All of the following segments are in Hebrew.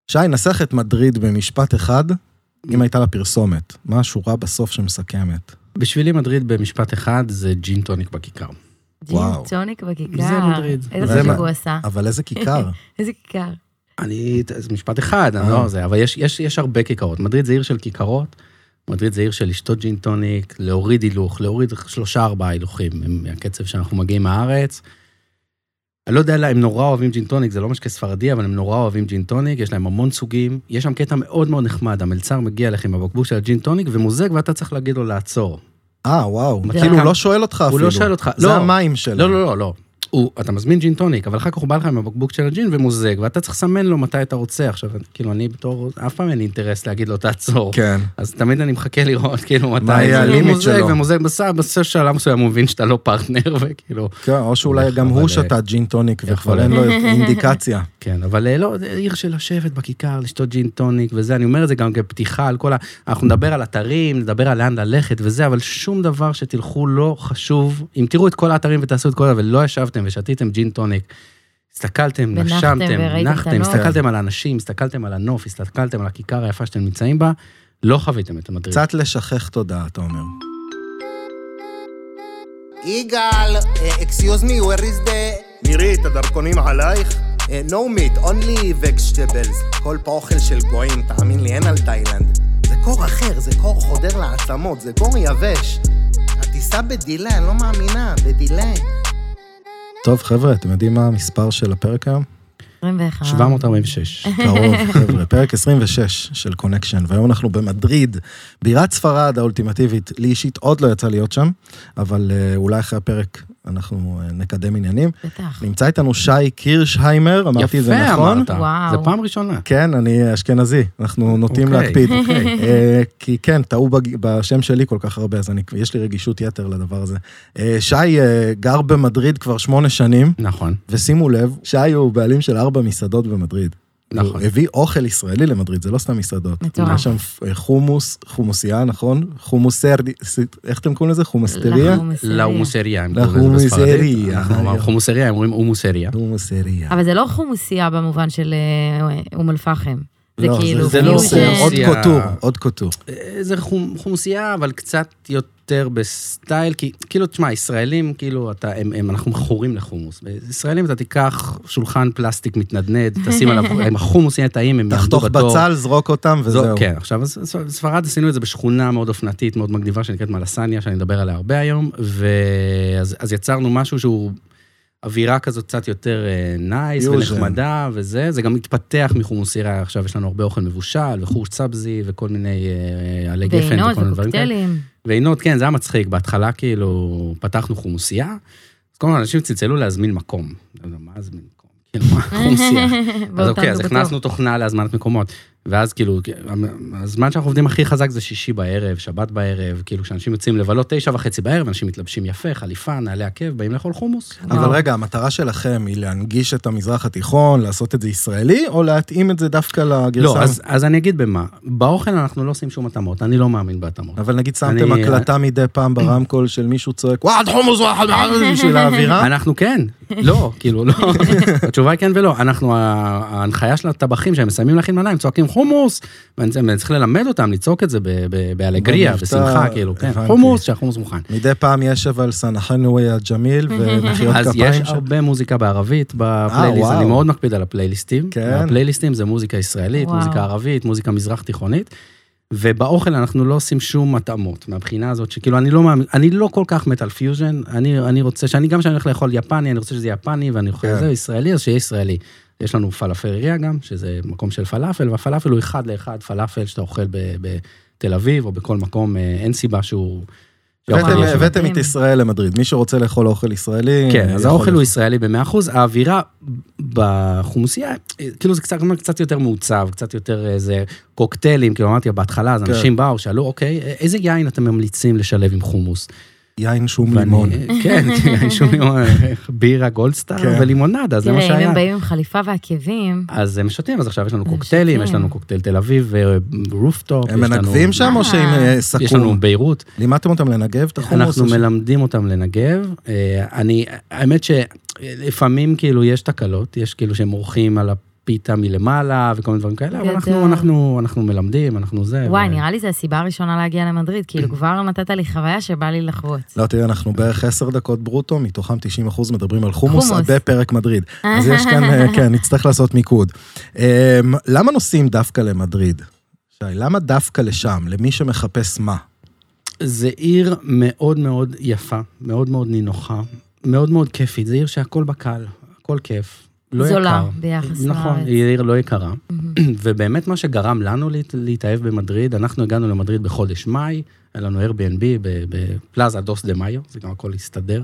שי, נסח את מדריד במשפט אחד, אם הייתה לה פרסומת. מה השורה בסוף שמסכמת? בשבילי מדריד במשפט אחד זה ג'ין טוניק בכיכר. ג'ין טוניק בכיכר. זה מדריד. איזה חשוב הוא עשה. אבל איזה כיכר? איזה כיכר. זה משפט אחד, לא זה, אבל יש הרבה כיכרות. מדריד זה עיר של כיכרות, מדריד זה עיר של לשתות ג'ין טוניק, להוריד הילוך, להוריד 3-4 הילוכים, מהקצב שאנחנו מגיעים מהארץ. אני לא יודע לה, הם נורא אוהבים ג'ין טוניק, זה לא משקה ספרדי, אבל הם נורא אוהבים ג'ין טוניק, יש להם המון סוגים, יש שם קטע מאוד מאוד נחמד, המלצר מגיע לכם בבקבוק של הג'ין טוניק, ומוזג, ואתה צריך להגיד לו לעצור. וואו, כאילו הוא לא שואל אותך אפילו. הוא לא שואל אותך. זה המים שלו. לא. אתה מזמין ג'ין טוניק, אבל אחר כך הוא בא לך עם הבקבוק של הג'ין ומוזג, ואתה צריך לסמן לו מתי אתה רוצה. עכשיו, כאילו, אני בתור, אף פעם אין לי אינטרס להגיד לו, תעצור. כן. אז תמיד אני מחכה לראות, כאילו, מתי יהיה הלימיט שלו. ומוזג בסוף שלב מסוים, הוא מבין שאתה לא פרטנר, וכאילו... כן, או שאולי גם הוא שתה ג'ין טוניק, וכבר אין לו אינדיקציה. כן, אבל לא, עיר של לשבת בכיכר, לשתות ג'ין טוניק וזה, אני אומר את זה גם כפתיחה על כל אנחנו נדבר על אתרים, נדבר על לאן ללכת וזה, אבל שום דבר שתלכו לא חשוב. אם תראו את כל האתרים ותעשו את כל זה, ולא ישבתם ושתיתם ג'ין טוניק, הסתכלתם, נשמתם, נחתם, הסתכלתם על האנשים, הסתכלתם על הנוף, הסתכלתם על הכיכר היפה שאתם נמצאים בה, לא חוויתם את המדריד. קצת לשכח תודה, אתה אומר. יגאל, excuse me, where is the... מירי, את הדרכונים עלייך? No meat, only vegetables. כל פה אוכל של גויים, תאמין לי, אין על תאילנד. זה קור אחר, זה קור חודר לעצמות, זה קור יבש. הטיסה בדילה, אני לא מאמינה, בדילה. טוב, חבר'ה, אתם יודעים מה המספר של הפרק היום? 21. 746. קרוב, חבר'ה, פרק 26 של קונקשן, והיום אנחנו במדריד, בירת ספרד האולטימטיבית, לי אישית עוד לא יצא להיות שם, אבל אולי אחרי הפרק אנחנו נקדם עניינים. בטח. נמצא איתנו שי קירשהיימר, אמרתי זה נכון? יפה אמרת, זה פעם ראשונה. כן, אני אשכנזי, אנחנו נוטים להקפיד. כי כן, טעו בשם שלי כל כך הרבה, אז יש לי רגישות יתר לדבר הזה. שי גר במדריד כבר 8 שנים. נכון. ושימו לב, שי הוא בעלים של 4 מסעדות במדריד. נכון. הוא הביא אוכל ישראלי למדריד, זה לא סתם מסעדות. מטורף. יש שם חומוסייה, נכון? איך אתם קוראים לזה? חומסטריה? לאומוסריה. לאומוסריה. חומוסריה, הם אומרים אומוסריה. אומוסריה. אבל זה לא חומוסייה במובן של אום אל-פחם. זה כאילו... זה לא עוד קוטור. זה חומוסייה, אבל קצת יותר בסטייל, כי כאילו, תשמע, ישראלים, כאילו, אנחנו מכורים לחומוס. בישראלים אתה תיקח שולחן פלסטיק מתנדנד, תשים עליו, עם החומוס יהיה טעים, הם יעמדו בתור. תחתוך בצל, זרוק אותם, וזהו. כן, עכשיו, ספרד עשינו את זה בשכונה מאוד אופנתית, מאוד מגניבה, שנקראת מלסניה, שאני מדבר עליה הרבה היום, אז יצרנו משהו שהוא אווירה כזאת קצת יותר נייס ונחמדה וזה, זה גם מתפתח מחומוסירה, עכשיו יש לנו הרבה אוכל מבושל, וחוש צבזי, וכל מיני עלי גפן. ועינות וקוקטיילים. ועינות, כן, זה היה מצחיק, בהתחלה כאילו פתחנו חומוסייה, אז כל מיני אנשים צלצלו להזמין מקום. לא יודע, מה להזמין מקום? כאילו, מה חומוסייה? אז אוקיי, אז הכנסנו תוכנה להזמנת מקומות, ואז כאילו, הזמן שאנחנו עובדים הכי חזק זה שישי בערב, שבת בערב, כאילו כשאנשים יוצאים לבלות 9:30 בערב, אנשים מתלבשים יפה, חליפה, נעלי עקב, באים לאכול חומוס. אבל רגע, המטרה שלכם היא להנגיש את המזרח התיכון, לעשות את זה ישראלי, או להתאים את זה דווקא לגרסה? לא, אז אני אגיד במה. באוכל אנחנו לא עושים שום התאמות, אני לא מאמין בהתאמות. אבל נגיד שמתם הקלטה מדי פעם ברמקול של מישהו צועק, וואד חומוס, וואד בשביל האווירה? אנחנו כן, לא, כאילו לא. התשובה היא כן ולא. אנחנו, ההנחיה של הטבחים שהם מסיימים להכין מנה, הם צועקים חומוס, ואני צריך ללמד אותם, לצעוק את זה באלגריה, בשמחה, כאילו, כן, חומוס, שהחומוס מוכן. מדי פעם יש אבל סנחנו הג'מיל ומחיאות כפיים. אז יש הרבה מוזיקה בערבית בפלייליסט, אני מאוד מקפיד על הפלייליסטים. הפלייליסטים זה מוזיקה ישראלית, מוזיקה ערבית, מוזיקה מזרח תיכונית, ובאוכל אנחנו לא עושים שום התאמות, מהבחינה הזאת שכאילו אני לא כל כך מת על פיוז'ן, אני רוצה שאני גם שאני הולך לאכול יפני, אני רוצה שזה יפני, ואני אוכל זה ישראלי, אז שיהיה ישראלי. יש לנו פלאפלריה גם, שזה מקום של פלאפל, והפלאפל הוא 1 לאחד פלאפל שאתה אוכל בתל אביב, או בכל מקום, אין סיבה שהוא... הבאתם את ישראל למדריד, מי שרוצה לאכול אוכל ישראלי... כן, אז האוכל הוא ישראלי ב100%, האווירה בחומוסייה, כאילו זה קצת יותר מעוצב, קצת יותר איזה קוקטיילים, כאילו אמרתי בהתחלה, אז אנשים באו, שאלו, אוקיי, איזה יין אתם ממליצים לשלב עם חומוס? יין שום לימון. כן, יין שום לימון, בירה, גולדסטאר ולימונדה, זה מה שהיה. תראה, אם הם באים עם חליפה ועקבים... אז הם שותים, אז עכשיו יש לנו קוקטיילים, יש לנו קוקטייל תל אביב ורופטופ. הם מנגבים שם או שהם סכום? יש לנו ביירות. לימדתם אותם לנגב את החומוס? אנחנו מלמדים אותם לנגב. האמת שלפעמים כאילו יש תקלות, יש כאילו שהם עורכים על פיתה מלמעלה, וכל מיני דברים כאלה, אבל אנחנו מלמדים, אנחנו זה. וואי, נראה לי זה הסיבה הראשונה להגיע למדריד, כאילו כבר נתת לי חוויה שבא לי לחוץ. לא, תראה, אנחנו בערך 10 דקות ברוטו, מתוכם 90% מדברים על חומוס, בפרק מדריד. אז יש כאן, כן, נצטרך לעשות מיקוד. למה נוסעים דווקא למדריד? שי, למה דווקא לשם? למי שמחפש מה? זה עיר מאוד מאוד יפה, מאוד מאוד נינוחה, מאוד מאוד כיפית, זה עיר שהכל בקל, הכל כיף, לא יקר. זולה ביחס לארץ. נכון, היא עיר לא יקרה. ובאמת מה שגרם לנו להתאהב במדריד, אנחנו הגענו למדריד בחודש מאי, היה לנו Airbnb בפלאזה דוס דה מאיו, זה גם הכל הסתדר.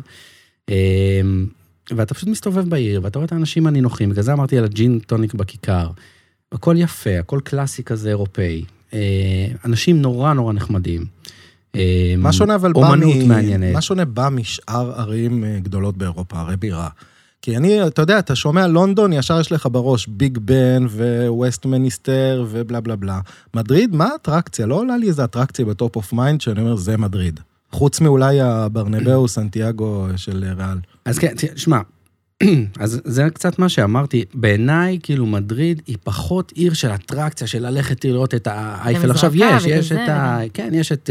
ואתה פשוט מסתובב בעיר, ואתה רואה את האנשים הנינוחים, בגלל זה אמרתי על הג'ין טוניק בכיכר, הכל יפה, הכל קלאסי כזה אירופאי, אנשים נורא נורא נחמדים. מה שונה אבל אומנות מעניינת. מה שונה בא משאר ערים גדולות באירופה, ערי בירה? כי אתה יודע, אתה שומע לונדון, ישר יש לך בראש ביג בן וווסטמיניסטר ובלה בלה בלה. מדריד, מה האטרקציה? לא עולה לי איזה אטרקציה בטופ אוף מיינד שאני אומר, זה מדריד. חוץ מאולי הברנבאו, סנטיאגו של ריאל. אז כן, שמע, אז זה קצת מה שאמרתי, בעיניי, כאילו, מדריד היא פחות עיר של אטרקציה, של ללכת לראות את האייפל. עכשיו יש את כן, יש את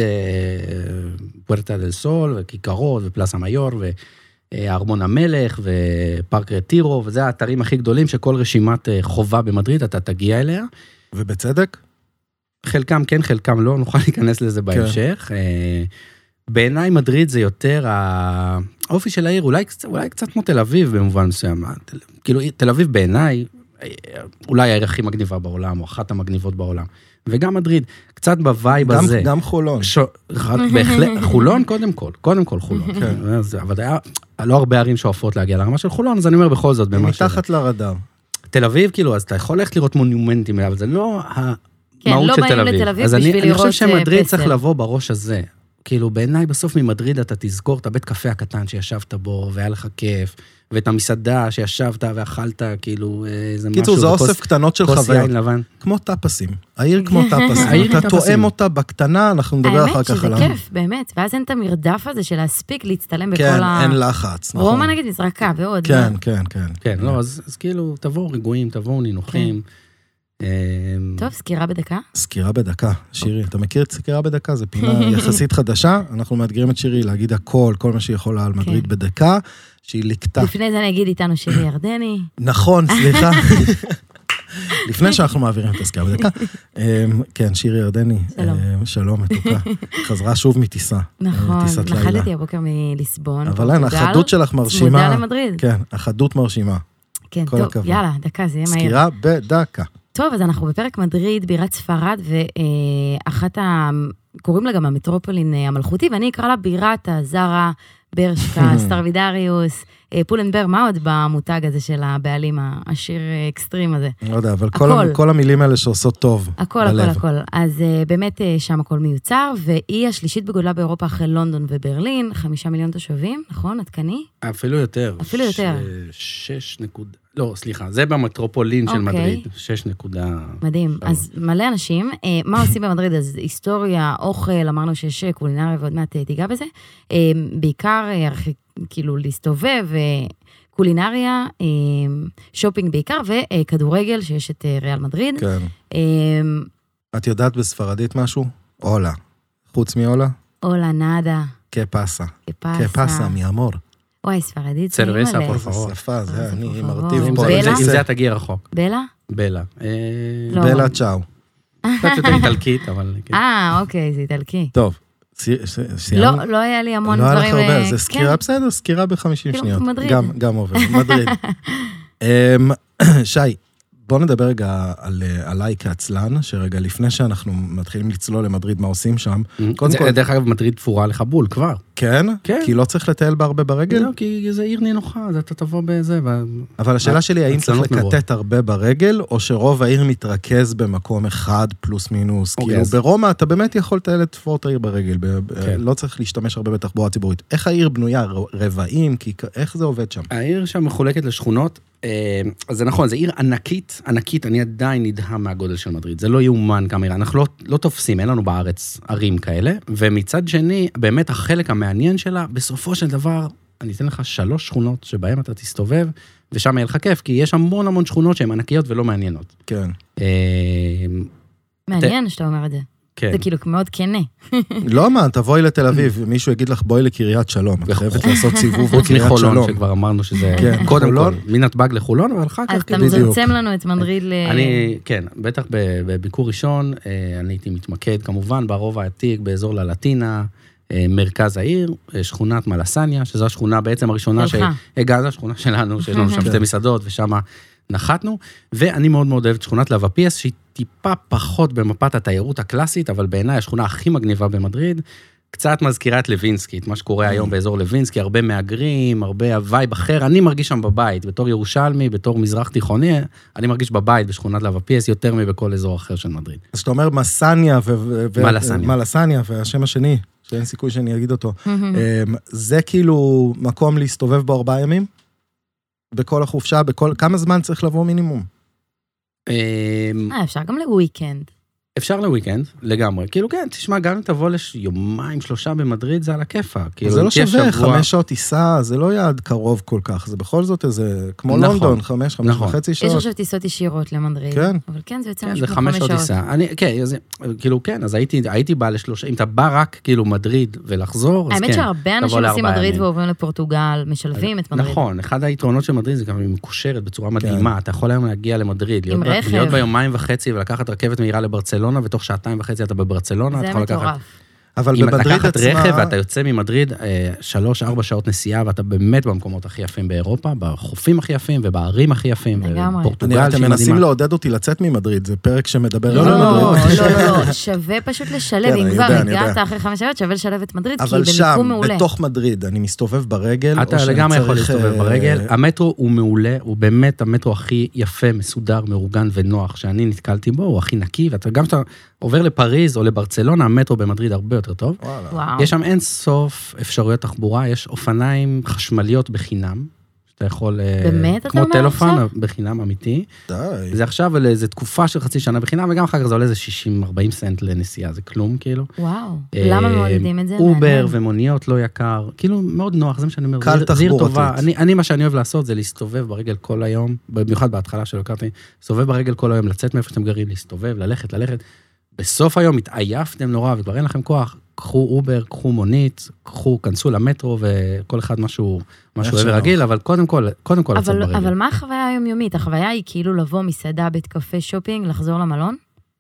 פוארטה דל סול, וכיכרות, ופלאסה מיור, וארמון המלך, ופארק רטירו, וזה האתרים הכי גדולים, שכל רשימת חובה במדריד, אתה תגיע אליה. ובצדק? חלקם כן, חלקם לא, נוכל להיכנס לזה בהמשך. בעיניי מדריד זה יותר האופי של העיר, אולי קצת כמו תל אביב במובן מסוים. כאילו, תל אביב בעיניי, אולי העיר הכי מגניבה בעולם, או אחת המגניבות בעולם. וגם מדריד, קצת בווייב הזה. גם חולון. חולון קודם כל חולון. אבל לא הרבה ערים שאופות להגיע לרמה של חולון, אז אני אומר בכל זאת. מתחת לרדאר. תל אביב, כאילו, אז אתה יכול ללכת לראות מונומנטים, אבל זה לא המהות של תל אביב. אז אני חושב שמדריד צריך לבוא בראש הזה. כאילו, בעיניי בסוף ממדריד אתה תזכור את הבית קפה הקטן שישבת בו, והיה לך כיף, ואת המסעדה שישבת ואכלת, כאילו, איזה משהו. קיצור, זה אוסף קטנות של חוויות. כמו טאפסים. העיר כמו טאפסים. אתה תואם אותה בקטנה, אנחנו נדבר אחר כך עליו. האמת שזה כיף, באמת. ואז אין את המרדף הזה של להספיק להצטלם בכל כן, אין לחץ, נכון. רומא נגיד מזרקה ועוד. כן. כן, לא, אז כאילו, תבואו רגועים, תבואו נינוחים. טוב, סקירה בדקה? סקירה בדקה, שירי, אתה מכיר את סקירה בדקה? זו פינה יחסית חדשה, אנחנו מאתגרים את שירי להגיד הכל, כל מה שהיא יכולה על מדריד בדקה, שהיא לקטה. לפני זה נגיד איתנו שירי ירדני. נכון, סליחה. לפני שאנחנו מעבירים את הסקירה בדקה. כן, שירי ירדני, שלום, מתוקה. חזרה שוב מטיסה. נכון, נחלתי הבוקר מליסבון. אבל אין, החדות שלך מרשימה. צמודה למדריד. כן, החדות מרשימה. כן, טוב, יאללה, דקה, זה יהיה מהיר. סקירה בדקה. טוב, אז אנחנו בפרק מדריד, בירת ספרד, ואחת קוראים לה גם המטרופולין המלכותי, ואני אקרא לה בירת הזרה, ברשקה, סטרווידריוס, פולנבר, מה עוד במותג הזה של הבעלים, השיר אקסטרים הזה? לא יודע, אבל כל המילים האלה שעושות טוב. הכל. אז באמת שם הכל מיוצר, והיא השלישית בגודלה באירופה אחרי לונדון וברלין, 5 מיליון תושבים, נכון? עדכני? אפילו יותר. 6 נקודה. לא, סליחה, זה במטרופולין של מדריד, 6 נקודה. מדהים, אז מלא אנשים, מה עושים במדריד? אז היסטוריה, אוכל, אמרנו שיש קולינריה ועוד מעט תיגע בזה, בעיקר, כאילו, להסתובב, קולינריה, שופינג בעיקר, וכדורגל, שיש את ריאל מדריד. כן. את יודעת בספרדית משהו? אולה. חוץ מאולה? אולה, נאדה. כפסה. כפסה, מי אמור. וואי, ספרדית. צרבסה, פור פאבור. שפה, זה אני מרטיב פה. בלה? עם זה את תגיע רחוק. בלה? בלה. בלה צ'או. קצת יותר איטלקית, אבל... אוקיי, זה איטלקי. טוב. לא היה לי המון דברים... לא היה לך הרבה, זה סקירה בסדר, סקירה ב-50 שניות. גם עובד, מדריד. שי, בוא נדבר רגע עליי כעצלן, שרגע לפני שאנחנו מתחילים לצלול למדריד, מה עושים שם. דרך אגב, מדריד תפורה לך בול כבר. כן? כי לא צריך לטייל בהרבה ברגל? לא, כי זה עיר נינוחה, אז אתה תבוא בזה. אבל השאלה שלי, האם צריך לקטט הרבה ברגל, או שרוב העיר מתרכז במקום אחד פלוס מינוס? כאילו ברומא אתה באמת יכול לטייל את פורט העיר ברגל, לא צריך להשתמש הרבה בתחבורה ציבורית. איך העיר בנויה? רבעים? איך זה עובד שם? העיר שם מחולקת לשכונות, אז זה נכון, זה עיר ענקית, אני עדיין נדהם מהגודל של מדריד, זה לא יאומן כמה עיר, אנחנו לא תופסים, אין לנו בארץ ערים כאלה, ומצד שני, באמת החלק המעניין שלה, בסופו של דבר, אני אתן לך 3 שכונות שבהן אתה תסתובב, ושם יהיה לך כיף, כי יש המון המון שכונות שהן ענקיות ולא מעניינות. כן. מעניין שאתה אומר את זה. זה כאילו מאוד כנה. לא מה, תבואי לתל אביב, מישהו יגיד לך בואי לקריית שלום, את חייבת לעשות סיבוב בקריית שלום. חולון, שכבר אמרנו שזה קודם כל, מנתב"ג לחולון, אבל אחר כך... אז אתה מזמצם לנו את מדריד ל... כן, בטח בביקור ראשון, אני הייתי מתמקד כמובן ברובע העתיק, באזור ללטינה, מרכז העיר, שכונת מלסניה, שזו השכונה בעצם הראשונה שהגענו, השכונה שלנו, שיש לנו שם שתי מסעדות, ושם נחתנו, ואני מאוד מאוד אוהב את שכונת לבפיאס, שהיא טיפה פחות במפת התיירות הקלאסית, אבל בעיניי השכונה הכי מגניבה במדריד, קצת מזכירה את לוינסקי, את מה שקורה היום באזור לוינסקי, הרבה מהגרים, הרבה הווייב אחר, אני מרגיש שם בבית, בתור ירושלמי, בתור מזרח תיכוני, אני מרגיש בבית בשכונת לבפיאס, יותר מבכל אזור אחר של מדריד. אז שאתה אומר מסניה מלסניה, והשם השני, שאין סיכוי שאני אגיד אותו, זה כאילו מקום להסתובב בו 4 ימים? בכל החופשה, כמה זמן צריך לבוא מינימום? אפשר גם לוויקנד. אפשר לוויקנד, לגמרי. כאילו כן, תשמע, גם אם תבוא ליומיים, 3 במדריד, זה על הכיפה. זה לא שווה, 5 שעות טיסה, זה לא יעד קרוב כל כך, זה בכל זאת איזה, כמו לונדון, 5.5 שעות. יש עכשיו טיסות ישירות למדריד. כן. אבל כן, זה יוצא משהו 5 שעות טיסה. כן, כאילו כן, אז הייתי בא ל3, אם אתה בא רק כאילו מדריד ולחזור, אז כן. האמת שהרבה אנשים עושים מדריד ועוברים לפורטוגל, משלבים את מדריד. נכון, אחד היתרונות של מדריד זה גם מקושרת בצורה מדהימה. אתה יכול היום להגיע למדריד, להיות ביומיים וחצי ולקחת רכבת מהירה לברצלונה, ותוך 2.5 אתה בברצלונה, אתה יכול לקחת... אבל במדריד עצמה... רכב ואתה יוצא ממדריד 3-4 שעות נסיעה, ואתה באמת במקומות הכי יפים באירופה, בחופים הכי יפים ובערים הכי יפים, בפורטוגל. אתם מנסים לעודד אותי לצאת ממדריד, זה פרק שמדבר על מדריד. לא, שווה פשוט לשלב, אם כבר הגעת אחרי 5 שעות, שווה לשלב את מדריד, כי במיקום מעולה. אבל שם, בתוך מדריד, אני מסתובב ברגל, אתה לגמרי יכול להסתובב ברגל, המטרו הוא מעולה, הוא באמת המטרו הכי יפה, מסודר, מאורגן ונוח, שאני נתקלתי בו, הוא הכי נקי, וגם שאתה עובר לפריז או לברצלונה, המטרו במדריד הרבה יותר טוב. יש שם אין סוף אפשרויות תחבורה, יש אופניים חשמליות בחינם, שאתה יכול... באמת? כמו טלפון בחינם אמיתי. די. זה עכשיו לאיזו תקופה של חצי שנה בחינם, וגם אחר כך זה עולה איזה 60-40 סנט לנסיעה, זה כלום כאילו. וואו, למה מעודדים את זה? אובר ומוניות לא יקר, כאילו מאוד נוח, זה מה שאני אומר. קל תחבורתית. אני מה שאני אוהב לעשות זה להסתובב ברגל כל היום, במיוחד בהתחלה שלא הכרתי, להסתובב ברגל כל היום, לצאת מאיפה שאתם גרים, להסתובב, ללכת. בסוף היום התעייפתם נורא, וכבר אין לכם כוח, קחו אובר, קחו מונית, כנסו למטרו, וכל אחד משהו אוהב רגיל, אבל קודם כל לצאת ברגל. אבל מה החוויה היומיומית? החוויה היא כאילו לבוא מסעדה, בית קפה, שופינג, לחזור למלון?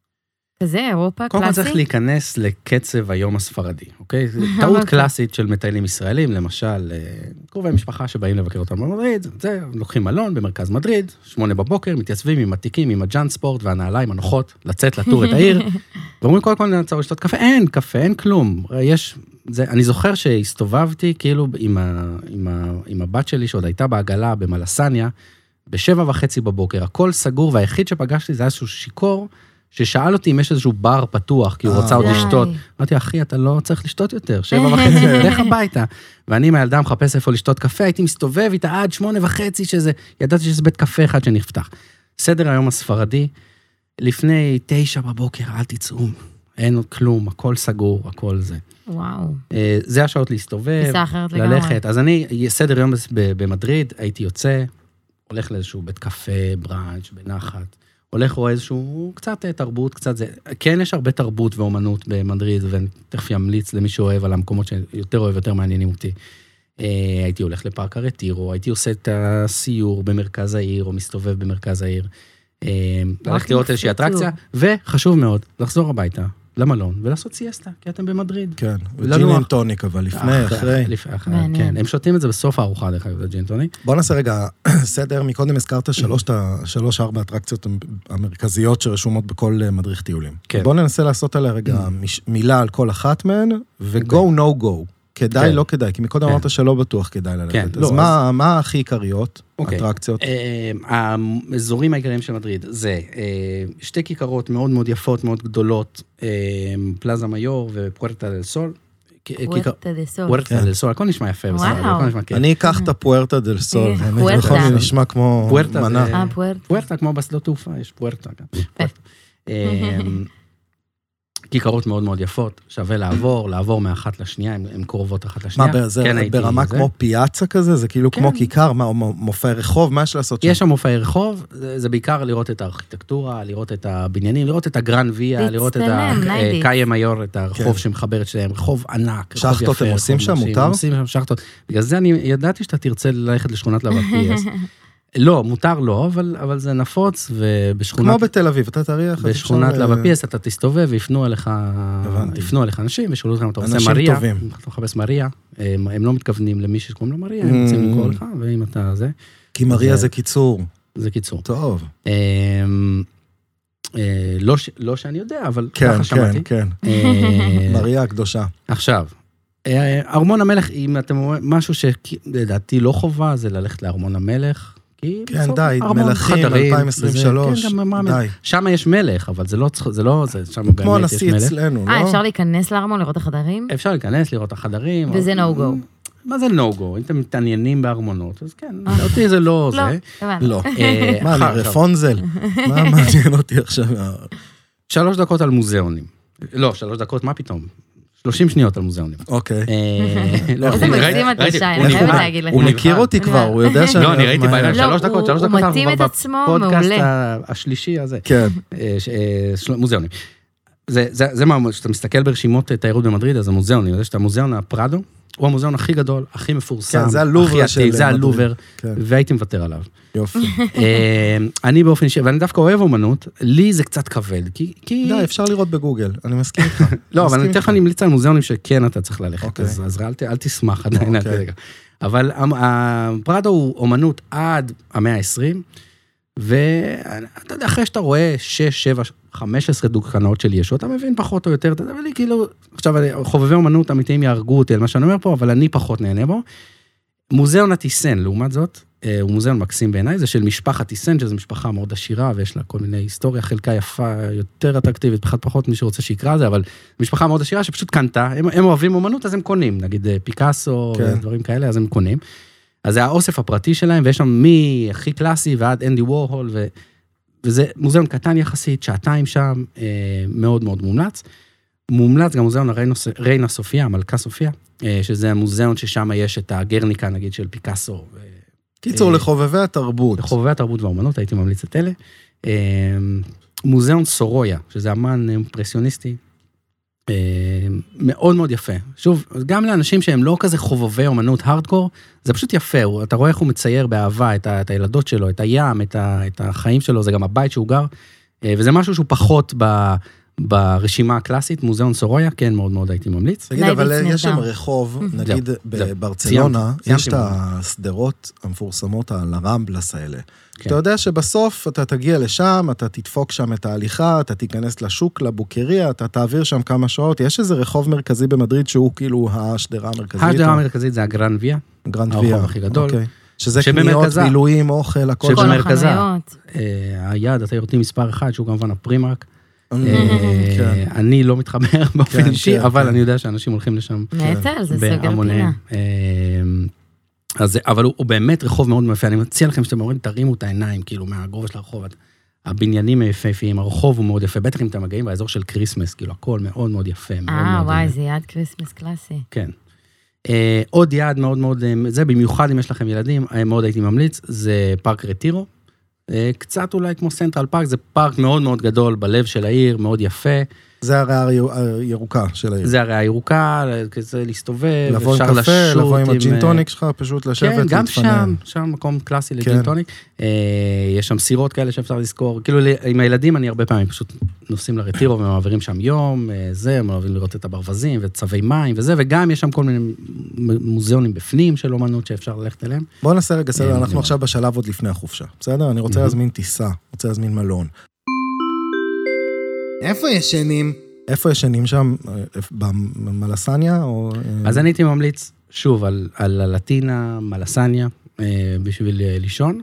כזה, אירופה, קלאסי? קודם כל צריך להיכנס לקצב היום הספרדי, אוקיי? טעות קלאסית של מטיילים ישראלים, למשל, קרובי משפחה שבאים לבקר אותם במדריד, זה, לוקחים מלון במרכז מדריד, 8 בבוקר, מתיישבים עם התיקים, עם הג'אנט ספורט והנעליים הנוחות, לצאת לטור את העיר, ואומרים קודם כל נעצור לשתות קפה, אין כלום. אני זוכר שהסתובבתי כאילו עם הבת שלי, שעוד הייתה בעגלה במלסניה, ב7:30 בבוקר, הכל סגור, והיחיד שפגשתי זה איזשהו שיקור, ששאל אותי אם יש איזשהו בר פתוח, כי הוא רוצה עוד לשתות. אמרתי, אחי, אתה לא צריך לשתות יותר, 7:30, לך הביתה. ואני עם הילדה מחפש איפה לשתות קפה, הייתי מסתובב איתה עד 8:30, ידעתי שזה בית קפה אחד שנפתח. סדר היום הספרדי, לפני 9 בבוקר, אל תצאו, אין עוד כלום, הכל סגור, הכל זה. וואו. זה השעות להסתובב, ללכת. אז אני, סדר יום במדריד, הייתי יוצא, הולך לאיזשהו בית קפה, ברנץ', בנחת, הולך רואה איזשהו קצת תרבות, קצת זה. כן, יש הרבה תרבות ואומנות במדריד, ותכף ימליץ למי שאוהב על המקומות שיותר אוהב, יותר מעניינים אותי. הייתי הולך לפארק הרטירו, הייתי עושה את הסיור במרכז העיר, או מסתובב במרכז העיר. ללכת לראות איזושהי אטרקציה, וחשוב מאוד, לחזור הביתה, למלון, ולעשות סיאסטה, כי אתם במדריד. כן, וג'ין אנד טוניק, אבל לפני, אחרי. כן, הם שותים את זה בסוף הארוחה, דרך אגב, ג'ין טוניק. בוא נעשה רגע סדר, מקודם הזכרת 3-4 אטרקציות המרכזיות שרשומות בכל מדריך טיולים. בוא ננסה לעשות עליה רגע מילה על כל אחת מהן, ו-go, no go. כדאי, לא כדאי, כי מקודם אמרת שלא בטוח כדאי ללכת. אז מה הכי עיקריות, אטרקציות? האזורים העיקריים של מדריד זה 2 כיכרות מאוד מאוד יפות, מאוד גדולות, פלאזה מיור ופוארטה דל סול. פוארטה דל סול, הכל נשמע יפה. אני אקח את הפוארטה דל סול, נכון, נשמע כמו מנה. פוארטה כמו בשדות תעופה, יש פוארטה. כיכרות מאוד מאוד יפות, שווה לעבור מאחת לשנייה, הן קרובות אחת לשנייה. מה, זה ברמה כמו פיאצה כזה? זה כאילו כמו כיכר, מופעי רחוב, מה יש לעשות שם? יש שם מופעי רחוב, זה בעיקר לראות את הארכיטקטורה, לראות את הבניינים, לראות את הגרן ויה, לראות את קאיה מיור, את הרחוב שמחבר את שלהם, רחוב ענק, שחטות הם עושים שם, מותר? עושים שם שחטות. בגלל זה אני ידעתי שאתה תרצה ללכת לשכונת לבפיאס. לא, מותר לא, אבל זה נפוץ, ובשכונת... כמו בתל אביב, אתה תריח... בשכונת לבפיאס אתה תסתובב, ויפנו אליך אנשים, ושאלו אותם, אתה רוצה מריה, אתה מחפש מריה, הם לא מתכוונים למי שקוראים לו מריה, הם רוצים לקרוא לך, ואם אתה זה... כי מריה זה קיצור. זה קיצור. טוב. לא שאני יודע, אבל ככה שמעתי. כן, כן. מריה הקדושה. עכשיו, ארמון המלך, אם אתם אומרים, משהו שלדעתי לא חובה, זה ללכת לארמון המלך. כן, די, מלכים, 2023, די. שם יש מלך, אבל זה לא, שם באמת יש מלך. כמו הנשיא אצלנו, לא? אפשר להיכנס לארמון, לראות החדרים? אפשר להיכנס, לראות החדרים. וזה no-go. מה זה no-go? אם אתם מתעניינים בארמונות, אז כן, אותי זה לא זה. לא. מה, אני רפונזל? מה מעניין אותי עכשיו? 3 דקות על מוזיאונים. לא, 3 דקות, מה פתאום? 30 שניות על מוזיאונים. אוקיי. איזה מגזים אתה שי, אני חייבת להגיד לך. הוא מכיר אותי כבר, הוא יודע שאני... לא, אני ראיתי בעיניים 3 דקות, הוא מתאים את עצמו מעולה. בפודקאסט השלישי הזה. כן. מוזיאונים. זה מה, כשאתה מסתכל ברשימות תיירות במדריד, אז המוזיאונים, יש את המוזיאון הפרדו, הוא המוזיאון הכי גדול, הכי מפורסם, זה הלובר של מדריד. זה הלובר, והייתי מוותר עליו. יופי. אני באופן אישי, ואני דווקא אוהב אומנות, לי זה קצת כבד, כי... די, אפשר לראות בגוגל, אני מסכים איתך. לא, אבל תכף אני ממליץ על מוזיאונים שכן אתה צריך ללכת, אז אל תשמח עדיין. אבל הפרדו הוא אומנות עד המאה ה-20, ואתה יודע, אחרי שאתה רואה 6, 7, 15 דוגמאות של ישו, אתה מבין פחות או יותר, אתה יודע, לי כאילו, עכשיו, חובבי אומנות אמיתיים יהרגו אותי על מה שאני אומר פה, אבל אני פחות נהנה בו. מוזיאון הטיסן, לעומת זאת, הוא מוזיאון מקסים בעיניי, זה של משפחת טיסן, שזו משפחה מאוד עשירה, ויש לה כל מיני היסטוריה, חלקה יפה, יותר אטרקטיבית, פחות מי שרוצה שיקרא זה, אבל משפחה מאוד עשירה שפשוט קנתה, הם אוהבים אומנות, אז הם קונים, נגיד פיקאסו, ודברים כאלה, אז הם קונים. אז זה האוסף הפרטי שלהם, ויש שם הכי קלאסי ועד אנדי וורהול, וזה מוזיאון קטן יחסית, 2 שם, מאוד מאוד מומלץ. מומלץ גם מוזיאון ריינה סופיה, מלכה סופיה, שזה המוזיאון ששם יש את הגרניקה, נגיד, של פיקאסו. קיצור, לחובבי התרבות. לחובבי התרבות והאומנות, הייתי ממליץ את אלה. מוזיאון סורויה, שזה אמן אימפרסיוניסטי, מאוד מאוד יפה. שוב, גם לאנשים שהם לא כזה חובבי אומנות הארדקור, זה פשוט יפה, אתה רואה איך הוא מצייר באהבה את הילדות שלו, את הים, את החיים שלו, זה גם הבית שהוא גר, וזה משהו שהוא פחות ברשימה הקלאסית, מוזיאון סורויה, כן, מאוד מאוד הייתי ממליץ. תגיד, אבל יש שם רחוב, נגיד בברצלונה, יש את הסדרות המפורסמות על הרמבלס האלה. אתה יודע שבסוף אתה תגיע לשם, אתה תדפוק שם את ההליכה, אתה תיכנס לשוק, לבוקריה, אתה תעביר שם כמה שעות. יש איזה רחוב מרכזי במדריד שהוא כאילו השדרה המרכזית. השדרה המרכזית זה הגרן ויה. גרנד ויה. הרחוב הכי גדול. שזה קניות, בילויים, אוכל, הכל. שבמרכזה. היעד התיירותי מספר 1, שהוא כמובן הפרימרק. אני לא מתחבר באופן אישי, אבל אני יודע שאנשים הולכים לשם. נהטל, זה סגר פינה. אבל הוא באמת רחוב מאוד מפה, אני מציע לכם שאתם אומרים, תרימו את העיניים, כאילו, מהגובה של הרחוב, הבניינים יפהפיים, הרחוב הוא מאוד יפה, בטח אם אתם מגיעים באזור של קריסמס, כאילו, הכל מאוד מאוד יפה. וואי, זה יעד קריסמס קלאסי. כן. עוד יעד מאוד מאוד, זה במיוחד אם יש לכם ילדים, מאוד הייתי ממליץ, זה פארק רטירו, קצת אולי כמו סנטרל פארק, זה פארק מאוד מאוד גדול בלב של העיר, מאוד יפה. זה הרי הירוקה של העיר. זה הרי הירוקה, כזה להסתובב, לבוא עם קפה, לבוא עם הג'ינטוניק שלך, פשוט לשבת, כן, גם שם מקום קלאסי לג'ינטוניק. יש שם סירות כאלה שאפשר לזכור, כאילו עם הילדים אני הרבה פעמים פשוט נוסעים לרטירו ומעבירים שם יום, הם אוהבים לראות את הברווזים וצווי מים וזה, וגם יש שם כל מיני מוזיאונים בפנים של אומנות שאפשר ללכת אליהם. בואו נעשה רגע סדר, אנחנו עכשיו בשלב עוד לפני החופשה, בסדר? אני רוצה להזמין טיסה, רוצה להזמין מלון. איפה ישנים? איפה ישנים שם? במלסניה? אז אני הייתי ממליץ, שוב, על הלטינה, מלסניה, בשביל לישון.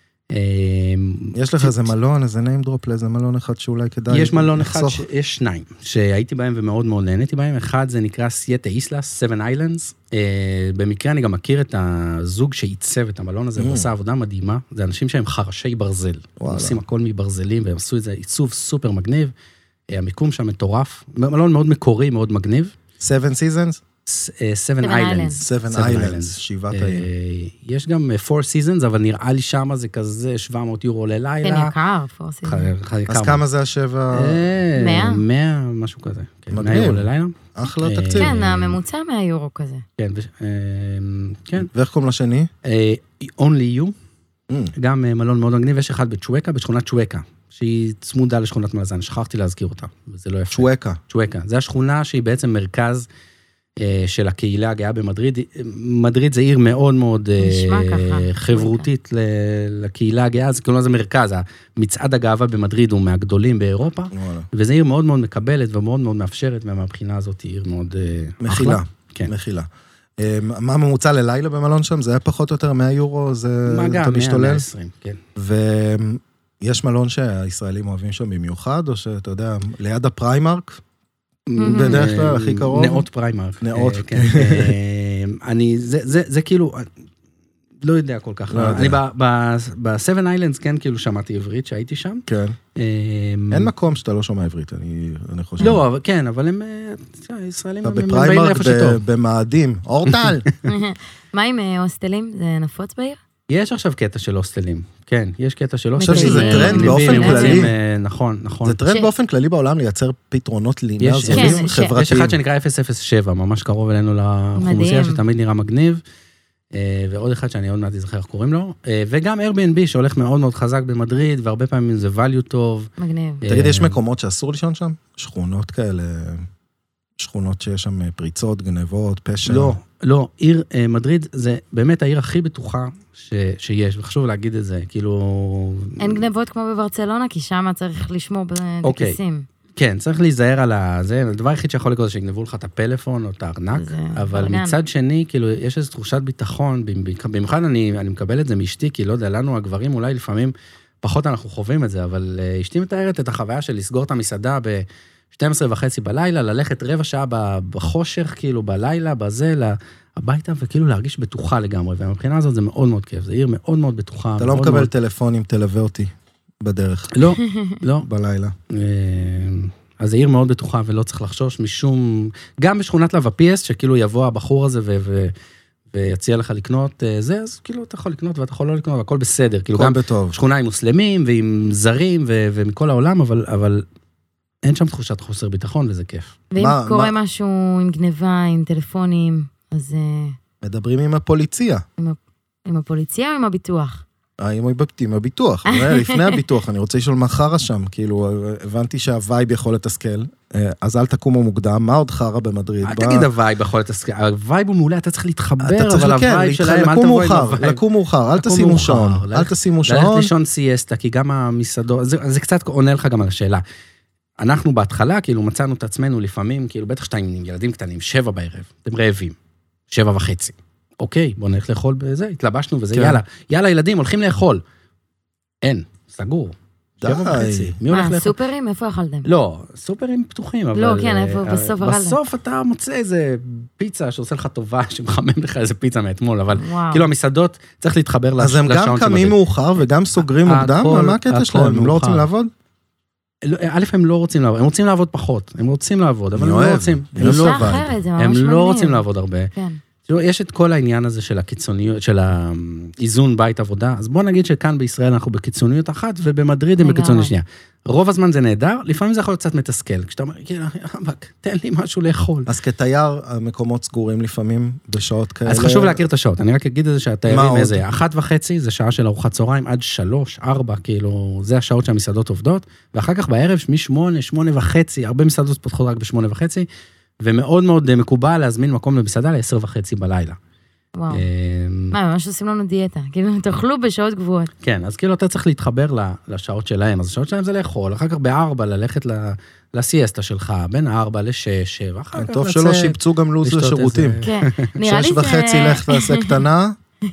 יש לך איזה מלון, איזה name drop לאיזה מלון אחד שאולי כדאי? יש מלון אחד, יש 2, שהייתי בהם ומאוד מאוד נהניתי בהם. אחד זה נקרא סייטה איסלס, 7 Islands. במקרה אני גם מכיר את הזוג שעיצב את המלון הזה, ועשה עבודה מדהימה. זה אנשים שהם חרשי ברזל. עושים הכל מברזלים, והם עשו את זה עיצוב סופר מגניב. המיקום שם מטורף, מלון מאוד מקורי, מאוד מגניב. 7 Seasons? 7 Islands. 7 Islands, 7 תאים. יש גם 4 Seasons, אבל נראה לי שם זה כזה 700 יורו ללילה. כן, יקר, 4 Seasons. אז כמה זה השבע? 100? משהו כזה. מגניב. 100 יורו ללילה. אחלה תקציב. כן, הממוצע 100 יורו כזה. כן. ואיך קוראים לשני? Only You. גם מלון מאוד מגניב, יש אחד בצ'ואקה, בשכונת צ'ואקה, שהיא צמודה לשכונת מלזן, שכחתי להזכיר אותה, וזה לא יפה. צ'ואקה. זה השכונה שהיא בעצם מרכז של הקהילה הגאה במדריד. מדריד זה עיר מאוד מאוד חברותית לקהילה הגאה, אז כאילו זה מרכז, מצעד הגאווה במדריד הוא מהגדולים באירופה, וזה עיר מאוד מאוד מקבלת ומאוד מאוד מאפשרת, ומהבחינה הזאת היא עיר מאוד מכילה. מכילה. מה הממוצע ללילה במלון שם? זה היה פחות או יותר 100 יורו, זה משתולל? 120, כן. ויש מלון שהישראלים אוהבים שם במיוחד, או שאתה יודע, ליד הפריימרק? בדרך כלל, הכי קרוב? נאות פריימרק. נאות. זה כאילו, לא יודע כל כך. אני ב-7 Islands כן כאילו שמעתי עברית שהייתי שם. כן. אין מקום שאתה לא שומע עברית, אני חושב. לא, כן, אבל הם ישראלים, הם באים לאיפה שטוב. במאדים, אורטל. מה עם הוסטלים? זה נפוץ בעיר? יש עכשיו קטע של הוסטלים, כן, יש קטע של הוסטלים. אני חושב שזה טרנד באופן כללי. נכון. זה טרנד באופן כללי בעולם לייצר פתרונות לינה זולים חברתיים. יש אחד שנקרא 007, ממש קרוב אלינו לחומוסיה, שתמיד נראה מגניב, ועוד אחד שאני עוד מעט אזכר איך קוראים לו, וגם Airbnb שהולך מאוד מאוד חזק במדריד, והרבה פעמים זה value טוב. מגניב. תגיד, יש מקומות שאסור לישון שם? שכונות כאלה, שכונות שיש שם פריצות, גנבות, פשע? לא, עיר מדריד זה באמת העיר הכי בטוחה שיש, וחשוב להגיד את זה, כאילו... אין גנבות כמו בברצלונה, כי שם צריך לשמור בכיסים. כן, צריך להיזהר על זה, הדבר היחיד שיכול לקרות זה שיגנבו לך את הפלאפון או את הארנק, אבל מצד שני, כאילו, יש איזו תחושת ביטחון, במיוחד אני מקבל את זה מאשתי, כי לא יודע, לנו הגברים אולי לפעמים פחות אנחנו חווים את זה, אבל אשתי מתארת את החוויה של לסגור את המסעדה ב-12:30 בלילה, ללכת רבע שעה בחושך, כאילו, בלילה, בזה, הביתה, וכאילו להרגיש בטוחה לגמרי, ומבחינה הזאת זה מאוד מאוד כיף, זה עיר מאוד מאוד בטוחה. אתה לא מקבל טלפונים, תלווה אותי בדרך. לא. בלילה. אז זה עיר מאוד בטוחה, ולא צריך לחשוש משום, גם בשכונת לבפיאס, שכאילו יבוא הבחור הזה ויציע לך לקנות זה, אז כאילו אתה יכול לקנות ואתה יכול לא לקנות, הכל בסדר. הכל בטוב. שכונה עם מוסלמים ועם זרים ומכל העולם, אבל אין שם תחושת חוסר ביטחון, וזה כיף. ואם קורה משהו עם גניבה, עם טלפונים, אז... מדברים עם הפוליציה. עם הפוליציה או עם הביטוח? עם הביטוח. לפני הביטוח, אני רוצה לשאול מה חרה שם, כאילו, הבנתי שהווייב יכול לתסכל, אז אל תקומו מוקדם, מה עוד חרה במדריד? אל תגיד הווייב יכול לתסכל, הווייב הוא מעולה, אתה צריך להתחבר, אבל הווייב שלהם, אל תבוא עם הווייב. לקום מאוחר, אל תשימו שעון. ללכת לישון סיאסטה, כי גם המסעדות, זה קצת עונה לך גם על השאלה. אנחנו בהתחלה, כאילו, מצאנו את עצמנו לפעמים, כאילו, בטח שאתה עם ילדים קטנים, 7 בערב, אתם רעבים, 7:30. אוקיי, בוא נלך לאכול בזה, התלבשנו וזה, יאללה, ילדים, הולכים לאכול. אין, סגור. 7:30. מי הולך לאכול? סופרים? איפה אכלתם? לא, סופרים פתוחים, אבל... לא, כן, איפה בסוף אכלתם? בסוף אתה מוצא איזה פיצה שעושה לך טובה, שמחמם לך איזה פיצה מאתמול, אבל כאילו המסעדות צריך להתחבר לשעון. אז הם גם קמים מאוחר וגם סוגרים מוקדם? מה הקטע שלהם? הם לא רוצים לעבוד? א', הם לא רוצים לעבוד, הם רוצים לעבוד פחות, הם רוצים לעבוד, אבל הם לא רוצים. הם לא רוצים לעבוד הרבה. יש את כל העניין הזה של הקיצוניות, של האיזון בית עבודה, אז בוא נגיד שכאן בישראל אנחנו בקיצוניות אחת, ובמדריד הם בקיצוניות שנייה. רוב הזמן זה נהדר, לפעמים זה יכול להיות קצת מתסכל, כשאתה אומר, תן לי משהו לאכול. אז כתייר, המקומות סגורים לפעמים בשעות כאלה. אז חשוב להכיר את השעות, אני רק אגיד את זה שהתיירים איזה, 1:30 זה שעה של ארוחת צהריים, עד 3, 4, כאילו, זה השעות שהמסעדות עובדות, ואחר כך בערב, מ-8, 8:30, הרבה מסעדות פותחות רק ב-8:30, ומאוד מאוד מקובל להזמין מקום במסעדה ל-10:30 בלילה. וואו. ממש עושים לנו דיאטה, כאילו תאכלו בשעות גבוהות. כן, אז כאילו אתה צריך להתחבר לשעות שלהם, אז השעות שלהם זה לאכול, אחר כך ב-4 ללכת לסיאסטה שלך, בין 4 ל-6, 7, אחר כך לצאת. טוב שלא שיפצו גם לו"ז לשירותים. כן, נראה לי 6:30 לך תעשה קטנה.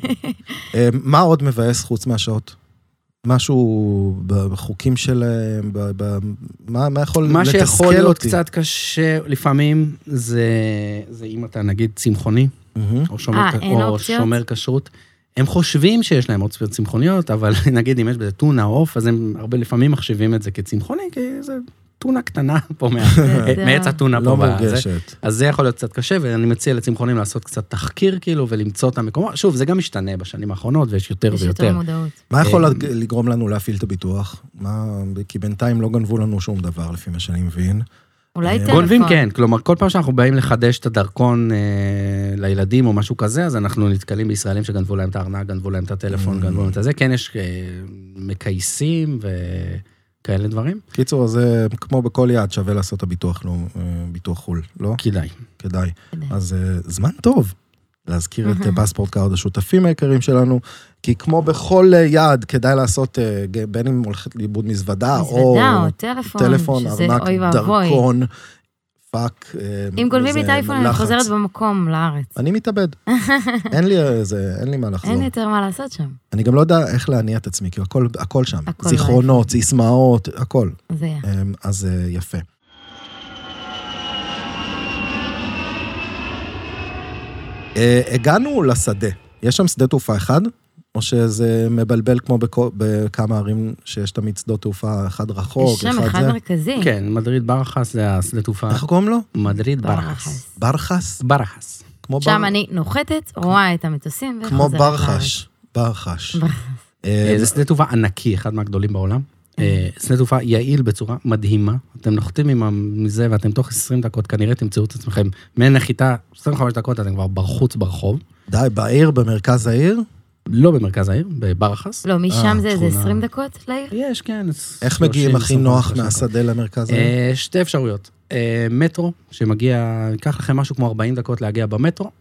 מה עוד מבאס חוץ מהשעות? משהו בחוקים שלהם, מה יכול לתסכל אותי? מה שיכול להיות קצת קשה לפעמים, זה אם אתה נגיד צמחוני, או שומר כשרות, הם חושבים שיש להם אופציות צמחוניות, אבל נגיד אם יש בזה טונה או עוף, אז הם הרבה לפעמים מחשבים את זה כצמחוני, כי זה טונה קטנה פה מעץ הטונה פה. לא מורגשת. אז זה יכול להיות קצת קשה, ואני מציע לצמחונים לעשות קצת תחקיר כאילו, ולמצוא את המקומות. שוב, זה גם משתנה בשנים האחרונות, ויש יותר ויותר. יש יותר מודעות. מה יכול לגרום לנו להפעיל את הביטוח? כי בינתיים לא גנבו לנו שום דבר, לפי מה שאני מבין. אולי טלפון. גונבים כן, כלומר, כל פעם שאנחנו באים לחדש את הדרכון לילדים או משהו כזה, אז אנחנו נתקלים בישראלים שגנבו להם את הארנק, גנבו להם את הטלפון, גנבו להם את זה. כן, יש מקייסים וכאלה דברים. קיצור, זה כמו בכל יעד שווה לעשות את הביטוח, ביטוח חול, לא? כדאי. אז זמן טוב להזכיר את פספורט קארד השותפים העיקריים שלנו, כי כמו בכל יעד כדאי לעשות, בין אם הולכת לאיבוד מזוודה, או טלפון, ארנק, דרכון, פאק. אם גולבים לי את האייפון, אני חוזרת במקום לארץ. אני מתאבד. אין לי מה לחזור. אין יותר מה לעשות שם. אני גם לא יודע איך להניע את עצמי, כי הכל שם. זיכרונות, סיסמאות, הכל. אז יפה. הגענו לשדה. יש שם שדה תעופה אחד, או שזה מבלבל כמו בכמה ערים שיש תמיד שדות תעופה, אחד רחוק, יש שם אחד מרכזי. כן, מדריד ברחס זה השדה תעופה. איך קוראים לו? מדריד ברחס. ברחס? ברחס. שם אני נוחתת, רואה את המטוסים, כמו ברחש. זה שדה תעופה ענקי, אחד מהגדולים בעולם. שדה תעופה יעיל בצורה מדהימה. אתם נוחתים מזה, ואתם תוך 20 דקות כנראה תמצאו את עצמכם. מנחיתה, 25 דקות אתם כבר בחוץ ברחוב. די, בעיר, במרכז העיר? לא במרכז העיר, בברחס. לא, משם זה 20 דקות לעיר? יש, כן. איך מגיעים הכי נוח מהשדה למרכז העיר? שתי אפשרויות. מטרו, שמגיע, ייקח לכם משהו כמו 40 דקות להגיע במטרו.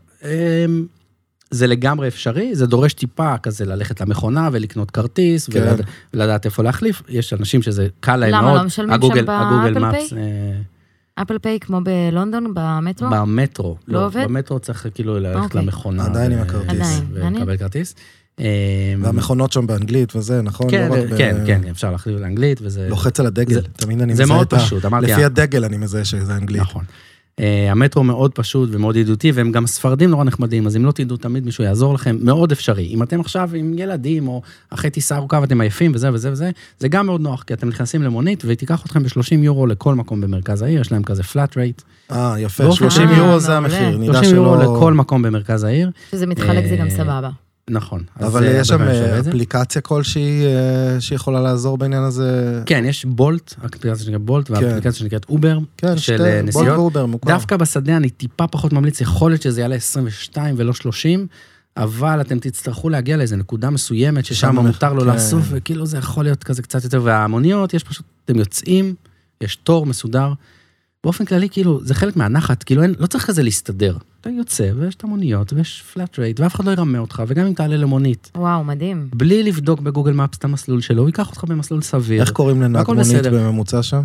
זה לגמרי אפשרי, זה דורש טיפה כזה ללכת למכונה ולקנות כרטיס, ולדעת איפה להחליף. יש אנשים שזה קל להם מאוד. למה לא משלמים שם באפל פיי? אפל פיי כמו בלונדון, במטרו? במטרו. לא עובד? במטרו צריך כאילו ללכת למכונה. עדיין עם הכרטיס. ולקבל כרטיס. והמכונות שם באנגלית וזה, נכון? כן, אפשר להחליף לאנגלית וזה... לוחץ על הדגל, תמיד אני מזהה זה מאוד פשוט, אמרתי. לפי הדגל אני מזהה שזה אנגלית. נכון. המטרו מאוד פשוט ומאוד ידידותי, והם גם ספרדים נורא נחמדים, אז אם לא תדעו תמיד מישהו יעזור לכם, מאוד אפשרי. אם אתם עכשיו עם ילדים, או אחרי טיסה ארוכה ואתם עייפים וזה וזה וזה, זה גם מאוד נוח, כי אתם נכנסים למונית, ותיקח אתכם ב-30 € לכל מקום במרכז העיר, יש להם כזה flat rate. יפה, 30 € זה המחיר. 30 € לכל מקום במרכז העיר. שזה מתחלק זה גם סבבה. נכון. אבל יש שם אפליקציה כלשהי שיכולה לעזור בעניין הזה? כן, יש בולט, אפליקציה שנקראת בולט, והאפליקציה שנקראת אובר, של נסיעות. דווקא בשדה אני טיפה פחות ממליץ, יכול להיות שזה יעלה 22 ולא 30, אבל אתם תצטרכו להגיע לאיזו נקודה מסוימת, ששם מותר לו לאסוף, וכאילו זה יכול להיות כזה קצת יותר, וההמוניות, יש פשוט, אתם יוצאים, יש תור מסודר, באופן כללי, כאילו, זה חלק מהנחת, כאילו, לא צריך כזה להסתדר. אתה יוצא, ויש את המוניות, ויש פלאט רייט, ואף אחד לא ירמה אותך, וגם אם תעלה למונית. וואו, מדהים. בלי לבדוק בגוגל מאפס את המסלול שלו, הוא ייקח אותך במסלול סביר. איך קוראים לנהג מונית בממוצע שם?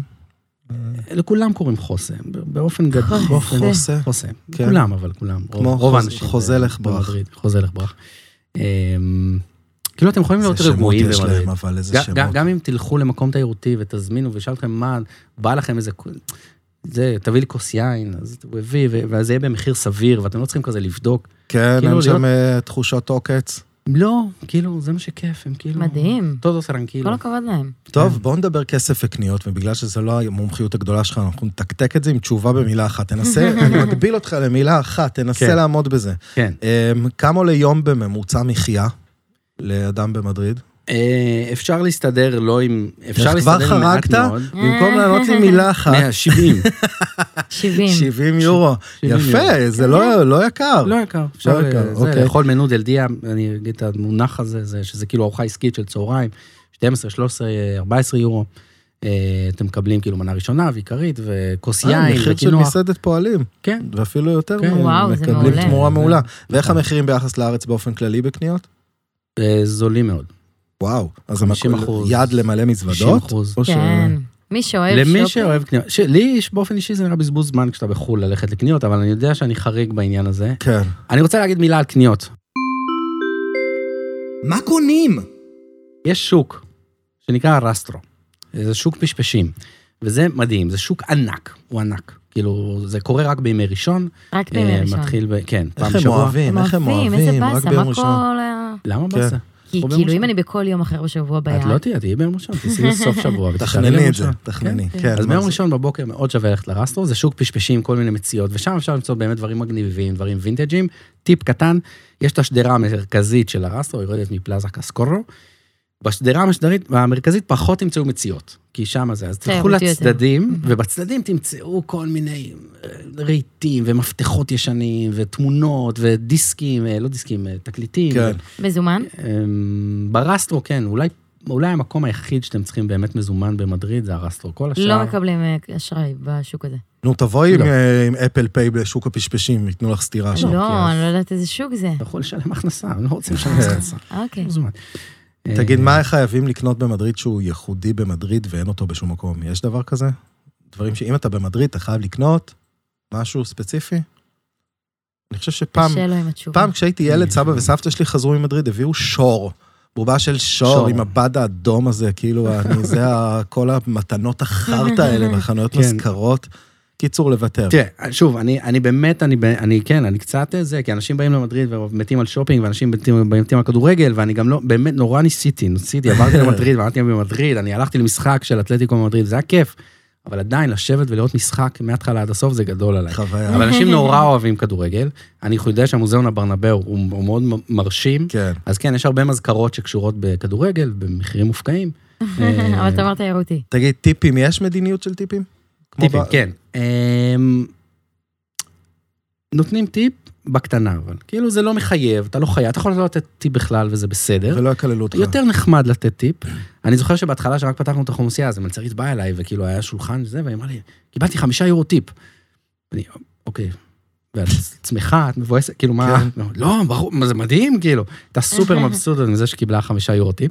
לכולם קוראים חוסה, באופן גדול. חוסה. כולם, אבל כולם. כמו חוזה לך ברח. חוזה לך ברח. כאילו, אתם יכולים להיות רגועים במדריד. גם אם תלכו למקום תיירותי ותזמינו ושאל לכם מה, בא לכם איזה... זה, תביא לי כוס יין, אז הוא הביא, וזה יהיה במחיר סביר, ואתם לא צריכים כזה לבדוק. כן, הם שם תחושות עוקץ. לא, כאילו, זה מה שכיף, הם כאילו... מדהים. טודו סרנקילו. כל הכבוד להם. טוב, בואו נדבר כסף וקניות, ובגלל שזה לא המומחיות הגדולה שלך, אנחנו נתקתק את זה עם תשובה במילה אחת. תנסה, אני מגביל אותך למילה אחת, תנסה לעמוד בזה. כן. כמה עולה יום בממוצע מחיה לאדם במדריד? אפשר להסתדר לא עם... אפשר להסתדר מעט מאוד. במקום לענות לי מילה אחת. 70. 70 €. יפה, זה לא יקר. לא יקר. אפשר לאכול מנו דלדיה, אני אגיד את המונח הזה, שזה כאילו ארוחה עסקית של צהריים, 12, 13, 14 €. אתם מקבלים כאילו מנה ראשונה ועיקרית, וכוס יין, מחיר של מסעדת פועלים. כן. ואפילו יותר מקבלים תמורה מעולה. ואיך המחירים ביחס לארץ באופן כללי בקניות? זולים מאוד. וואו, אז יד למלא מזוודות? 50%. כן, מי שאוהב שופינג. למי שאוהב קניות. לי באופן אישי זה נראה בזבוז זמן כשאתה בחול ללכת לקניות, אבל אני יודע שאני חריג בעניין הזה. כן. אני רוצה להגיד מילה על קניות. מה קונים? יש שוק שנקרא רסטרו. זה שוק פשפשים, וזה מדהים, זה שוק ענק, הוא ענק. כאילו, זה קורה רק בימי ראשון. רק בימי ראשון. מתחיל, כן, פעם בשבוע. איך הם אוהבים, איזה באסה, מה כל... למה באסה? כי כאילו אם אני בכל יום אחר בשבוע ביד. את לא תהיי ביום ראשון, תעשי לסוף שבוע. תכנני את זה, תכנני. אז ביום ראשון בבוקר מאוד שווה ללכת לרסטרו, זה שוק פשפשים, כל מיני מציאות, ושם אפשר למצוא באמת דברים מגניבים, דברים וינטג'ים. טיפ קטן, יש את השדרה המרכזית של הרסטרו, היא יורדת מפלאזה קסקורו. בשדרה המרכזית פחות תמצאו מציאות, כי שם זה, אז תלכו לצדדים, ובצדדים תמצאו כל מיני רהיטים, ומפתחות ישנים, ותמונות, ודיסקים, לא דיסקים, תקליטים. מזומן? ברסטרו, כן, אולי המקום היחיד שאתם צריכים באמת מזומן במדריד, זה הרסטרו, כל השאר. לא מקבלים אשראי בשוק הזה. נו, תבואי עם אפל פיי בשוק הפשפשים, ייתנו לך סתירה שם. לא, אני לא יודעת איזה שוק זה. אתה יכול לשלם הכנסה, אני לא רוצה לשלם הכנסה. אוקיי. תגיד, מה חייבים לקנות במדריד שהוא ייחודי במדריד ואין אותו בשום מקום? יש דבר כזה? דברים שאם אתה במדריד, אתה חייב לקנות משהו ספציפי? אני חושב שפעם כשהייתי ילד, סבא וסבתא שלי חזרו ממדריד, הביאו שור, בובה של שור עם הבד האדום הזה, כאילו, זה כל המתנות החרטה האלה, בחנויות מזכרות. קיצור לוותר. תראה, שוב, אני באמת, אני קצת זה, כי אנשים באים למדריד ומתים על שופינג, ואנשים מתים על כדורגל, ואני גם לא, באמת נורא ניסיתי, עברתי למדריד, ועברתי במדריד, אני הלכתי למשחק של אתלטיקו במדריד, זה היה כיף, אבל עדיין לשבת ולראות משחק מההתחלה עד הסוף, זה גדול עליי. חוויה. אבל אנשים נורא אוהבים כדורגל, אני יודע שהמוזיאון הברנבאו הוא מאוד מרשים, אז כן, יש הרבה מזכרות שקשורות בכדורגל, במחירים מופקעים. אבל אתה אמרת תיירותי. תגיד, טיפים, יש מדיניות של טיפים? טיפים, כן. נותנים טיפ בקטנה, אבל כאילו זה לא מחייב, אתה לא חייב, אתה יכול לתת טיפ בכלל וזה בסדר. ולא יקללו אותך. יותר נחמד לתת טיפ. אני זוכר שבהתחלה שרק פתחנו את החומוסייה, אז המלצרית באה אליי, וכאילו היה שולחן וזה, והיא אמרה לי, קיבלתי 5 יורו טיפ. אני, אוקיי, ואת שמחה, את מבואסת, כאילו מה, לא, ברור, זה מדהים, כאילו. אתה סופר מבסוט מזה שקיבלה 5 יורו טיפ.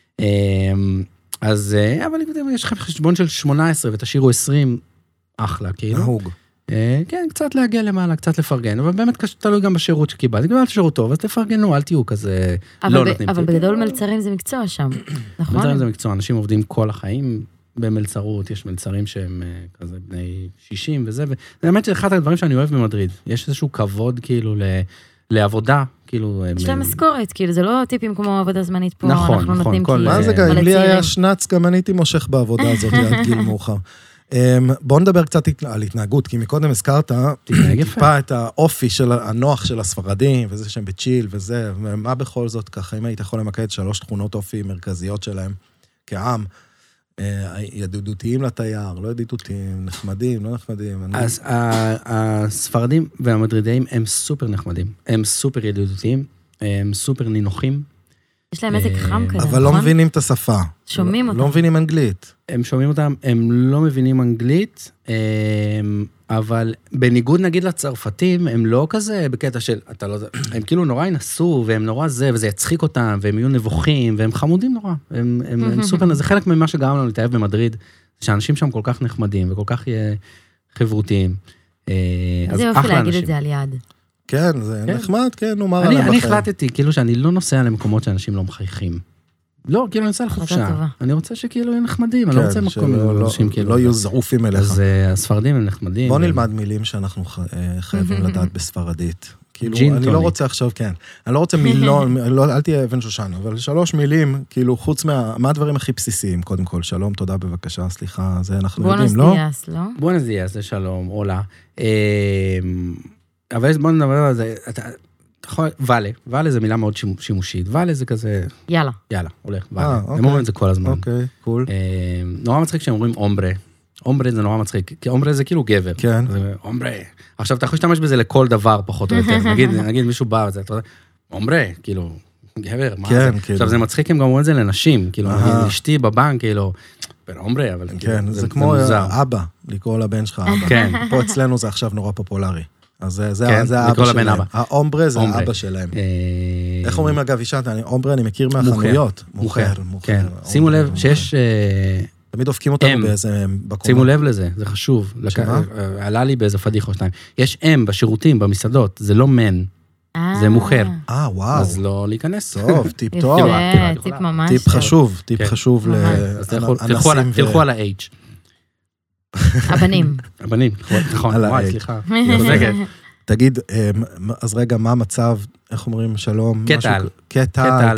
אז, אבל יש לכם חשבון של 18 ותשאירו 20, אחלה, כאילו. נהוג. כן, קצת להגיע למעלה, קצת לפרגן, אבל באמת תלוי גם בשירות שקיבלת. קיבלת שירות טוב, אז תפרגנו, אל תהיו כזה, לא נותנים. אבל בגדול מלצרים זה מקצוע שם, נכון? מלצרים זה מקצוע, אנשים עובדים כל החיים במלצרות, יש מלצרים שהם כזה בני 60 וזה, ובאמת זה אחד הדברים שאני אוהב במדריד. יש איזשהו כבוד, כאילו, לעבודה, כאילו... יש להם משכורת, כאילו, זה לא טיפים כמו עבודה זמנית פה, נכון, אנחנו נותנים כאילו... מה זה גם, אם לי היה שנץ, גם אני הייתי מושך בעבודה הזאת, עד גיל מאוחר. בואו נדבר קצת על התנהגות, כי מקודם הזכרת טיפה את האופי של הנוח של הספרדים, וזה שהם בצ'יל וזה, ומה בכל זאת ככה, אם היית יכול למקד 3 תכונות אופי מרכזיות שלהם כעם, ידידותיים לתייר, לא ידידותיים, נחמדים, לא נחמדים. אז הספרדים והמדרידאים הם סופר נחמדים, הם סופר ידידותיים, הם סופר נינוחים, יש להם מזג חם כזה, אבל לא מבינים את השפה. שומעים אותם. לא מבינים אנגלית. הם שומעים אותם, הם לא מבינים אנגלית, אבל בניגוד נגיד לצרפתים, הם לא כזה בקטע של, הם כאילו נורא ינסו, והם נורא זה, וזה יצחיק אותם, והם יהיו נבוכים, והם חמודים נורא. הם סופר, זה חלק ממה שגרם לנו להתאהב במדריד, שאנשים שם כל כך נחמדים, וכל כך חברותיים. זה יופי להגיד את זה על יד. כן, זה נחמד, כן, נאמר עליהם בחיים. אני החלטתי, כאילו שאני לא נוסע למקומות שאנשים לא מחייכים. לא, כאילו אני נוסע לחופשה. אני רוצה שכאילו יהיו נחמדים, אני לא רוצה מקום אנשים כאילו. לא יהיו זרופים אליך. אז הספרדים הם נחמדים. בוא נלמד מילים שאנחנו חייבים לדעת בספרדית. כאילו, אני לא רוצה עכשיו, כן. אני לא רוצה מילון, אל תהיה אבן שושן, אבל 3 מילים, כאילו, חוץ מה הדברים הכי בסיסיים, קודם כל, שלום, תודה, בבקשה, סליחה, זה אנחנו יודעים, לא? בונוס דיאס, לא? בונוס דיאס, זה שלום, אולה. אבל בוא נדבר על זה, ואלה זה מילה מאוד שימושית, ואלה זה כזה... יאללה, הולך, ואלה. הם אומרים את זה כל הזמן. אוקיי, קול. נורא מצחיק שהם אומרים אומברה. אומברה זה נורא מצחיק, כי אומברה זה כאילו גבר. כן. אומברה. עכשיו, אתה יכול להשתמש בזה לכל דבר, פחות או יותר. נגיד מישהו בא וזה, אתה יודע, אומברה, כאילו, גבר, מה זה? עכשיו, זה מצחיק, הם גם אומרים את זה לנשים, כאילו, אשתי בבנק, כאילו, אומברה, אבל... כן, זה כמו אבא, לקרוא לבן שלך אבא. כן. פה אצלנו זה עכשיו נורא פופולרי. אז זה האבא שלהם. האומברה זה האבא שלהם. איך אומרים אגב, אישת, אומברה אני מכיר מהחנויות. מוכר. שימו לב שיש... תמיד דופקים אותנו באיזה בקומה. שימו לב לזה, זה חשוב. עלה לי באיזה פדיח או 2. יש בשירותים, במסעדות, זה לא מן. זה מוכר. וואו. אז לא להיכנס. טוב, טיפ טוב. טיפ ממש. טיפ חשוב, טיפ חשוב תלכו על ה-H. הבנים. נכון, וואי, סליחה. תגיד, אז רגע, מה המצב, איך אומרים, שלום? קטל. קטל,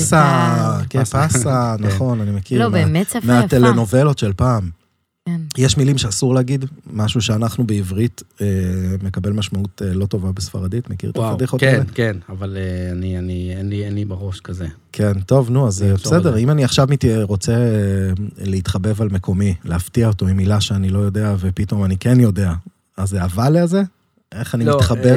קפסה, נכון, אני מכיר. לא, באמת שפה יפה. מהטלנובלות של פעם. כן. יש מילים שאסור להגיד, משהו שאנחנו בעברית מקבל משמעות לא טובה בספרדית, מכיר את הפדיחות? כן, כן, אבל אין לי בראש כזה. כן, טוב, נו, אז בסדר, אם אני עכשיו רוצה להתחבב על מקומי, להפתיע אותו עם מילה שאני לא יודע, ופתאום אני כן יודע, אז זה אבל לזה? איך אני מתחבב?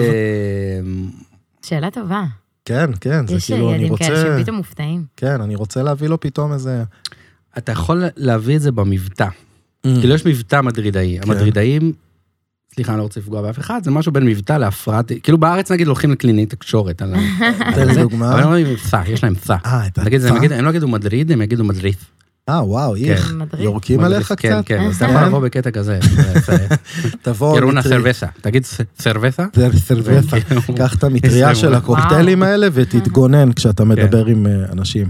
שאלה טובה. כן, כן, זה כאילו, אני רוצה... יש ילדים כאלה שפתאום מופתעים. כן, אני רוצה להביא לו פתאום איזה... אתה יכול להביא את זה במבטא. כאילו יש מבטא מדרידאי. המדרידאים, סליחה, אני לא רוצה לפגוע באף אחד, זה משהו בין מבטא להפרעת, כאילו בארץ נגיד הולכים לקלינית תקשורת. תן לי דוגמה. אבל הם אומרים מבטא, יש להם מבטא. הם לא יגידו מדריד, הם יגידו מדריד. וואו, איך, יורקים עליך קצת? כן, כן, אז אתה יכול לבוא בקטע כזה. תבוא, קירונה סרבסה, תגיד סרבסה? סרבסה, קח את המטריה של הקוקטיילים האלה ותתגונן כשאתה מדבר עם אנשים.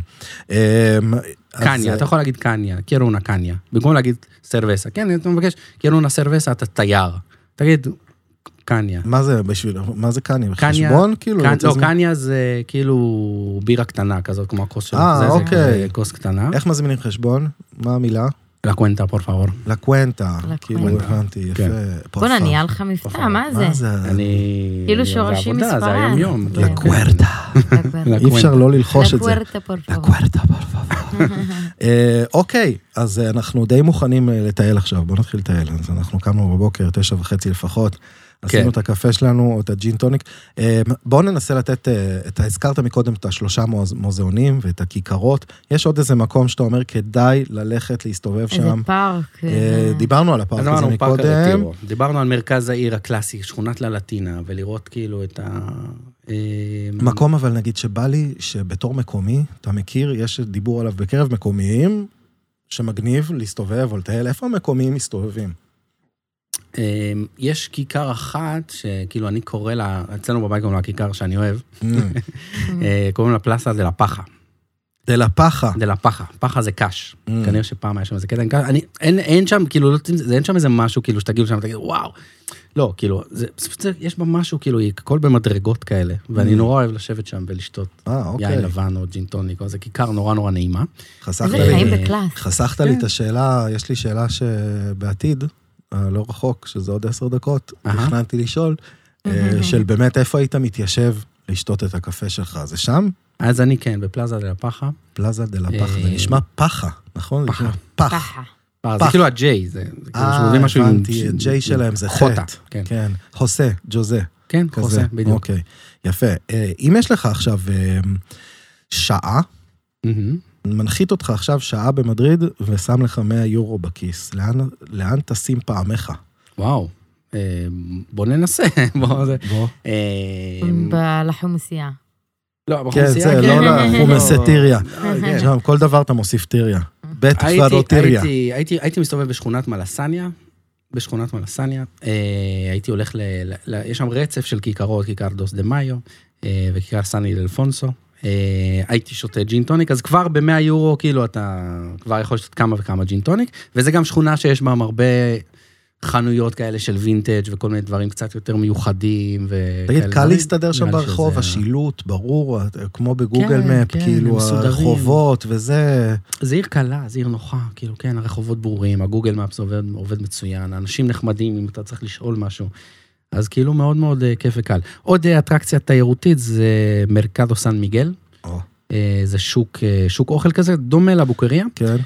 קניה, אתה יכול להגיד קניה, קירונה קניה, במקום להגיד סרבסה, כן, אתה מבקש קירונה סרבסה, אתה תייר, תגיד קניה. מה זה קניה? חשבון? לא, קניה זה כאילו בירה קטנה כזאת, כמו הכוס של זה כוס קטנה. איך מזמינים חשבון? מה המילה? לקוונטה, פור פאבור. לקוונטה, כאילו הבנתי, יפה. בוא נהיה לך מבטא, מה זה? אני... כאילו שורשים מספרד. זה היום יום. לקוורטה. אי אפשר לא ללחוש את זה. לקוורטה, פור פאבור. לקוורטה, פור פאבור. אוקיי, אז אנחנו די מוכנים לטייל עכשיו, בואו נתחיל לטייל. אז אנחנו קמנו בבוקר, 9:30 לפחות. עשינו את הקפה שלנו, או את הג'ין טוניק. בואו ננסה לתת, הזכרת מקודם את 3 מוזיאונים ואת הכיכרות. יש עוד איזה מקום שאתה אומר, כדאי ללכת, להסתובב שם. איזה פארק. דיברנו על הפארק הזה מקודם. דיברנו על מרכז העיר הקלאסי, שכונת ללטינה, ולראות כאילו את ה... מקום אבל נגיד שבא לי, שבתור מקומי, אתה מכיר, יש דיבור עליו בקרב מקומיים, שמגניב להסתובב או לטייל. איפה המקומיים מסתובבים? יש כיכר אחת, שכאילו אני קורא לה, אצלנו בבית קוראים לה כיכר שאני אוהב, קוראים לה פלאסה דה לה פחה. דה לה פחה. דה לה פחה. פחה זה קש. כנראה שפעם היה שם איזה קטע. אין שם, כאילו, אין שם איזה משהו, כאילו, שתגידו שם, תגידו, וואו. לא, כאילו, יש בה משהו, כאילו, הכל במדרגות כאלה, ואני נורא אוהב לשבת שם ולשתות יין לבן או ג'ין טוניק, או זה כיכר נורא נורא נעימה. איזה חיים בקלאס. חסכת לי את השאלה, יש לי שאלה שבעתיד, לא רחוק, שזה עוד 10 דקות, תכננתי לשאול, של באמת איפה היית מתיישב לשתות את הקפה שלך, זה שם? אז אני כן, בפלאזה דה לה פחה. פלאזה דה לה פחה, זה נשמע פחה, נכון? פחה. פחה. זה כאילו הג'יי, זה כאילו שמוביל משהו עם... הבנתי, הג'יי שלהם זה חטא. כן. חוסה, ג'וזה. כן, חוסה, בדיוק. אוקיי, יפה. אם יש לך עכשיו שעה, מנחית אותך עכשיו שעה במדריד, ושם לך 100 יורו בכיס. לאן תשים פעמך? וואו, בוא ננסה. בוא. לחומוסייה. לא, בחומסייה. כן, זה לא לחומסטיריה. שם, כל דבר אתה מוסיף טיריה. בית פרדוטיריה. הייתי מסתובב בשכונת מלסניה, הייתי הולך יש שם רצף של כיכרות, כיכר דוס דה מאיו, וכיכר סני אלפונסו. הייתי שותה ג'ין טוניק, אז כבר ב100 יורו, כאילו אתה כבר יכול לשתות כמה וכמה ג'ין טוניק, וזה גם שכונה שיש בה הרבה חנויות כאלה של וינטג' וכל מיני דברים קצת יותר מיוחדים. תגיד, קל להסתדר שם ברחוב, השילוט, ברור, כמו בגוגל מפ, כאילו הרחובות וזה... זה עיר קלה, זה עיר נוחה, כאילו כן, הרחובות ברורים, הגוגל מפ עובד מצוין, אנשים נחמדים אם אתה צריך לשאול משהו. אז כאילו מאוד מאוד כיף וקל. עוד אטרקציה תיירותית זה מרקדו סן מיגל. זה שוק אוכל כזה, דומה לבוקריה. כן.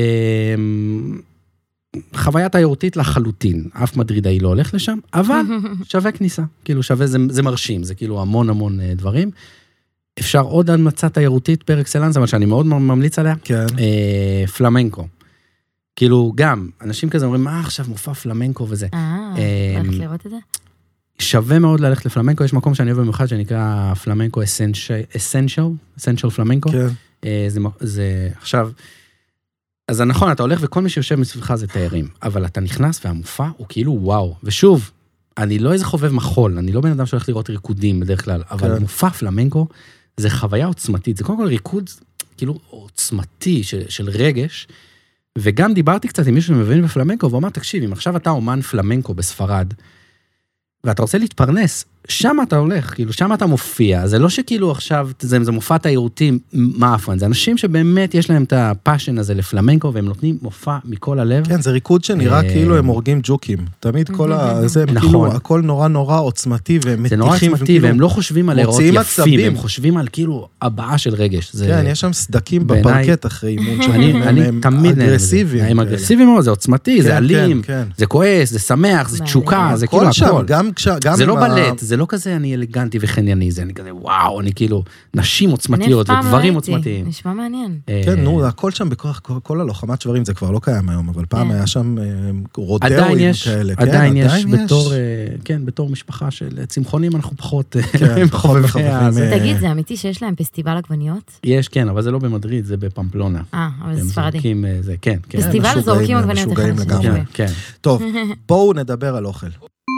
חוויה תיירותית לחלוטין. אף מדרידאי לא הולך לשם, אבל שווה כניסה. כאילו שווה, זה מרשים, זה כאילו המון המון דברים. אפשר עוד הנמצא תיירותית פר אקסלנס, אבל שאני מאוד ממליץ עליה. כן. פלמנקו. כאילו גם, אנשים כזה אומרים, מה עכשיו מופע פלמנקו וזה. הולך לראות את זה? שווה מאוד ללכת לפלמנקו, יש מקום שאני אוהב במיוחד שנקרא פלמנקו אסנשל פלמנקו. כן. זה עכשיו, אז נכון, אתה הולך וכל מי שיושב מסביבך זה תיירים, אבל אתה נכנס והמופע הוא כאילו וואו, ושוב, אני לא איזה חובב מחול, אני לא בן אדם שהולך לראות ריקודים בדרך כלל, אבל מופע פלמנקו זה חוויה עוצמתית, זה קודם כל ריקוד כאילו עוצמתי של רגש, וגם דיברתי קצת עם מישהו שמבין בפלמנקו, ואומר, תקשיב, אם עכשיו אתה אומן פלמנקו בספרד, ואתה רוצה להתפרנס, שם אתה הולך, כאילו, שם אתה מופיע, זה לא שכאילו עכשיו, זה מופע תיירותי מאפן, זה אנשים שבאמת יש להם את הפאשן הזה לפלמנקו, והם נותנים מופע מכל הלב. כן, זה ריקוד שנראה כאילו הם הורגים ג'וקים. תמיד כל זה, כאילו, הכל נורא נורא עוצמתי, והם מתיחים. זה נורא עוצמתי, והם לא חושבים על להיראות יפים, הם חושבים על כאילו הבעה של רגש. כן, יש שם סדקים בפרקט אחרי אימון אני תמיד אגרסיביים. הם אגרסיביים מאוד, זה עוצמתי, זה אלים, זה כועס, זה שמח, זה תשוקה, זה כאילו הכל. זה לא בלט, זה לא כזה אני אלגנטי וחנייני, זה אני כזה וואו, אני כאילו נשים עוצמתיות ודברים עוצמתיים. נשמע מעניין. כן, נו, הכל שם בכוח, כל הלוחמת שברים, זה כבר לא קיים היום, אבל פעם היה שם רודאוים כאלה. עדיין יש, בתור משפחה של צמחונים, אנחנו פחות מחובבים. תגיד, זה אמיתי שיש להם פסטיבל עגבניות? יש, כן, אבל זה לא במדריד, זה בפמפלונה. אבל זה ספרדי. כן. פסטיבל זורקים עגבניות. טוב, בואו נדבר על אוכל.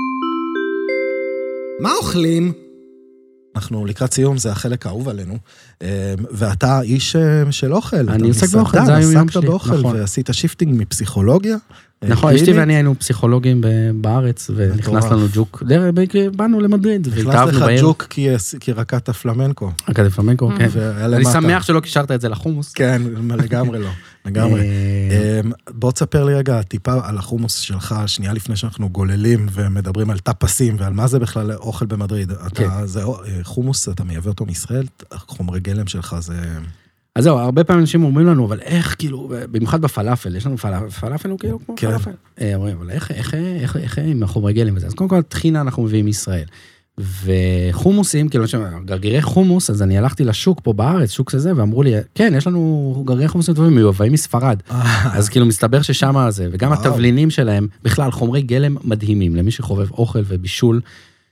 מה אוכלים? אנחנו לקראת סיום, זה החלק האהוב עלינו, ואתה איש של אוכל. אני עוסק באוכל, זה היום עסקת באוכל, ועשית שיפטינג מפסיכולוגיה. נכון, אשתי ואני היינו פסיכולוגים בארץ, ונכנס לנו ג'וק, באנו למדריד, נכנס לך ג'וק כי רקעת הפלמנקו. רקעת הפלמנקו, כן. אני שמח שלא קישרת את זה לחומוס. כן, לגמרי לא, לגמרי. בוא תספר לי רגע טיפה על החומוס שלך, שנייה לפני שאנחנו גוללים, ומדברים על טאפסים, ועל מה זה בכלל אוכל במדריד. חומוס, אתה מייבא אותו מישראל, חומרי גלם שלך זה... אז זהו, הרבה פעמים אנשים אומרים לנו, אבל איך, כאילו, במיוחד בפלאפל, יש לנו פלאפל הוא כאילו כמו פלאפל. אומרים, אבל איך עם החומרי גלם וזה? אז קודם כל, תחינה אנחנו מביאים מישראל. וחומוסים, כאילו, גרגירי חומוס, אז אני הלכתי לשוק פה בארץ, שוק כזה, ואמרו לי, כן, יש לנו גרגירי חומוסים טובים, מיובאים מספרד. אז כאילו, מסתבר ששם זה, וגם התבלינים שלהם, בכלל, חומרי גלם מדהימים, למי שחובב אוכל ובישול,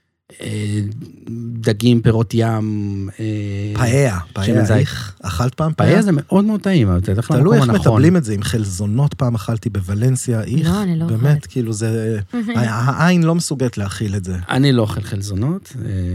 דגים, פירות ים, פאיה, אכלת פעם פאיה? פאיה זה מאוד מאוד טעים, תלוי איך מטבלים את זה, עם חלזונות פעם אכלתי בוולנסיה, באמת, כאילו זה, העין לא מסוגלת להכיל את זה. אני לא אוכל חלזונות,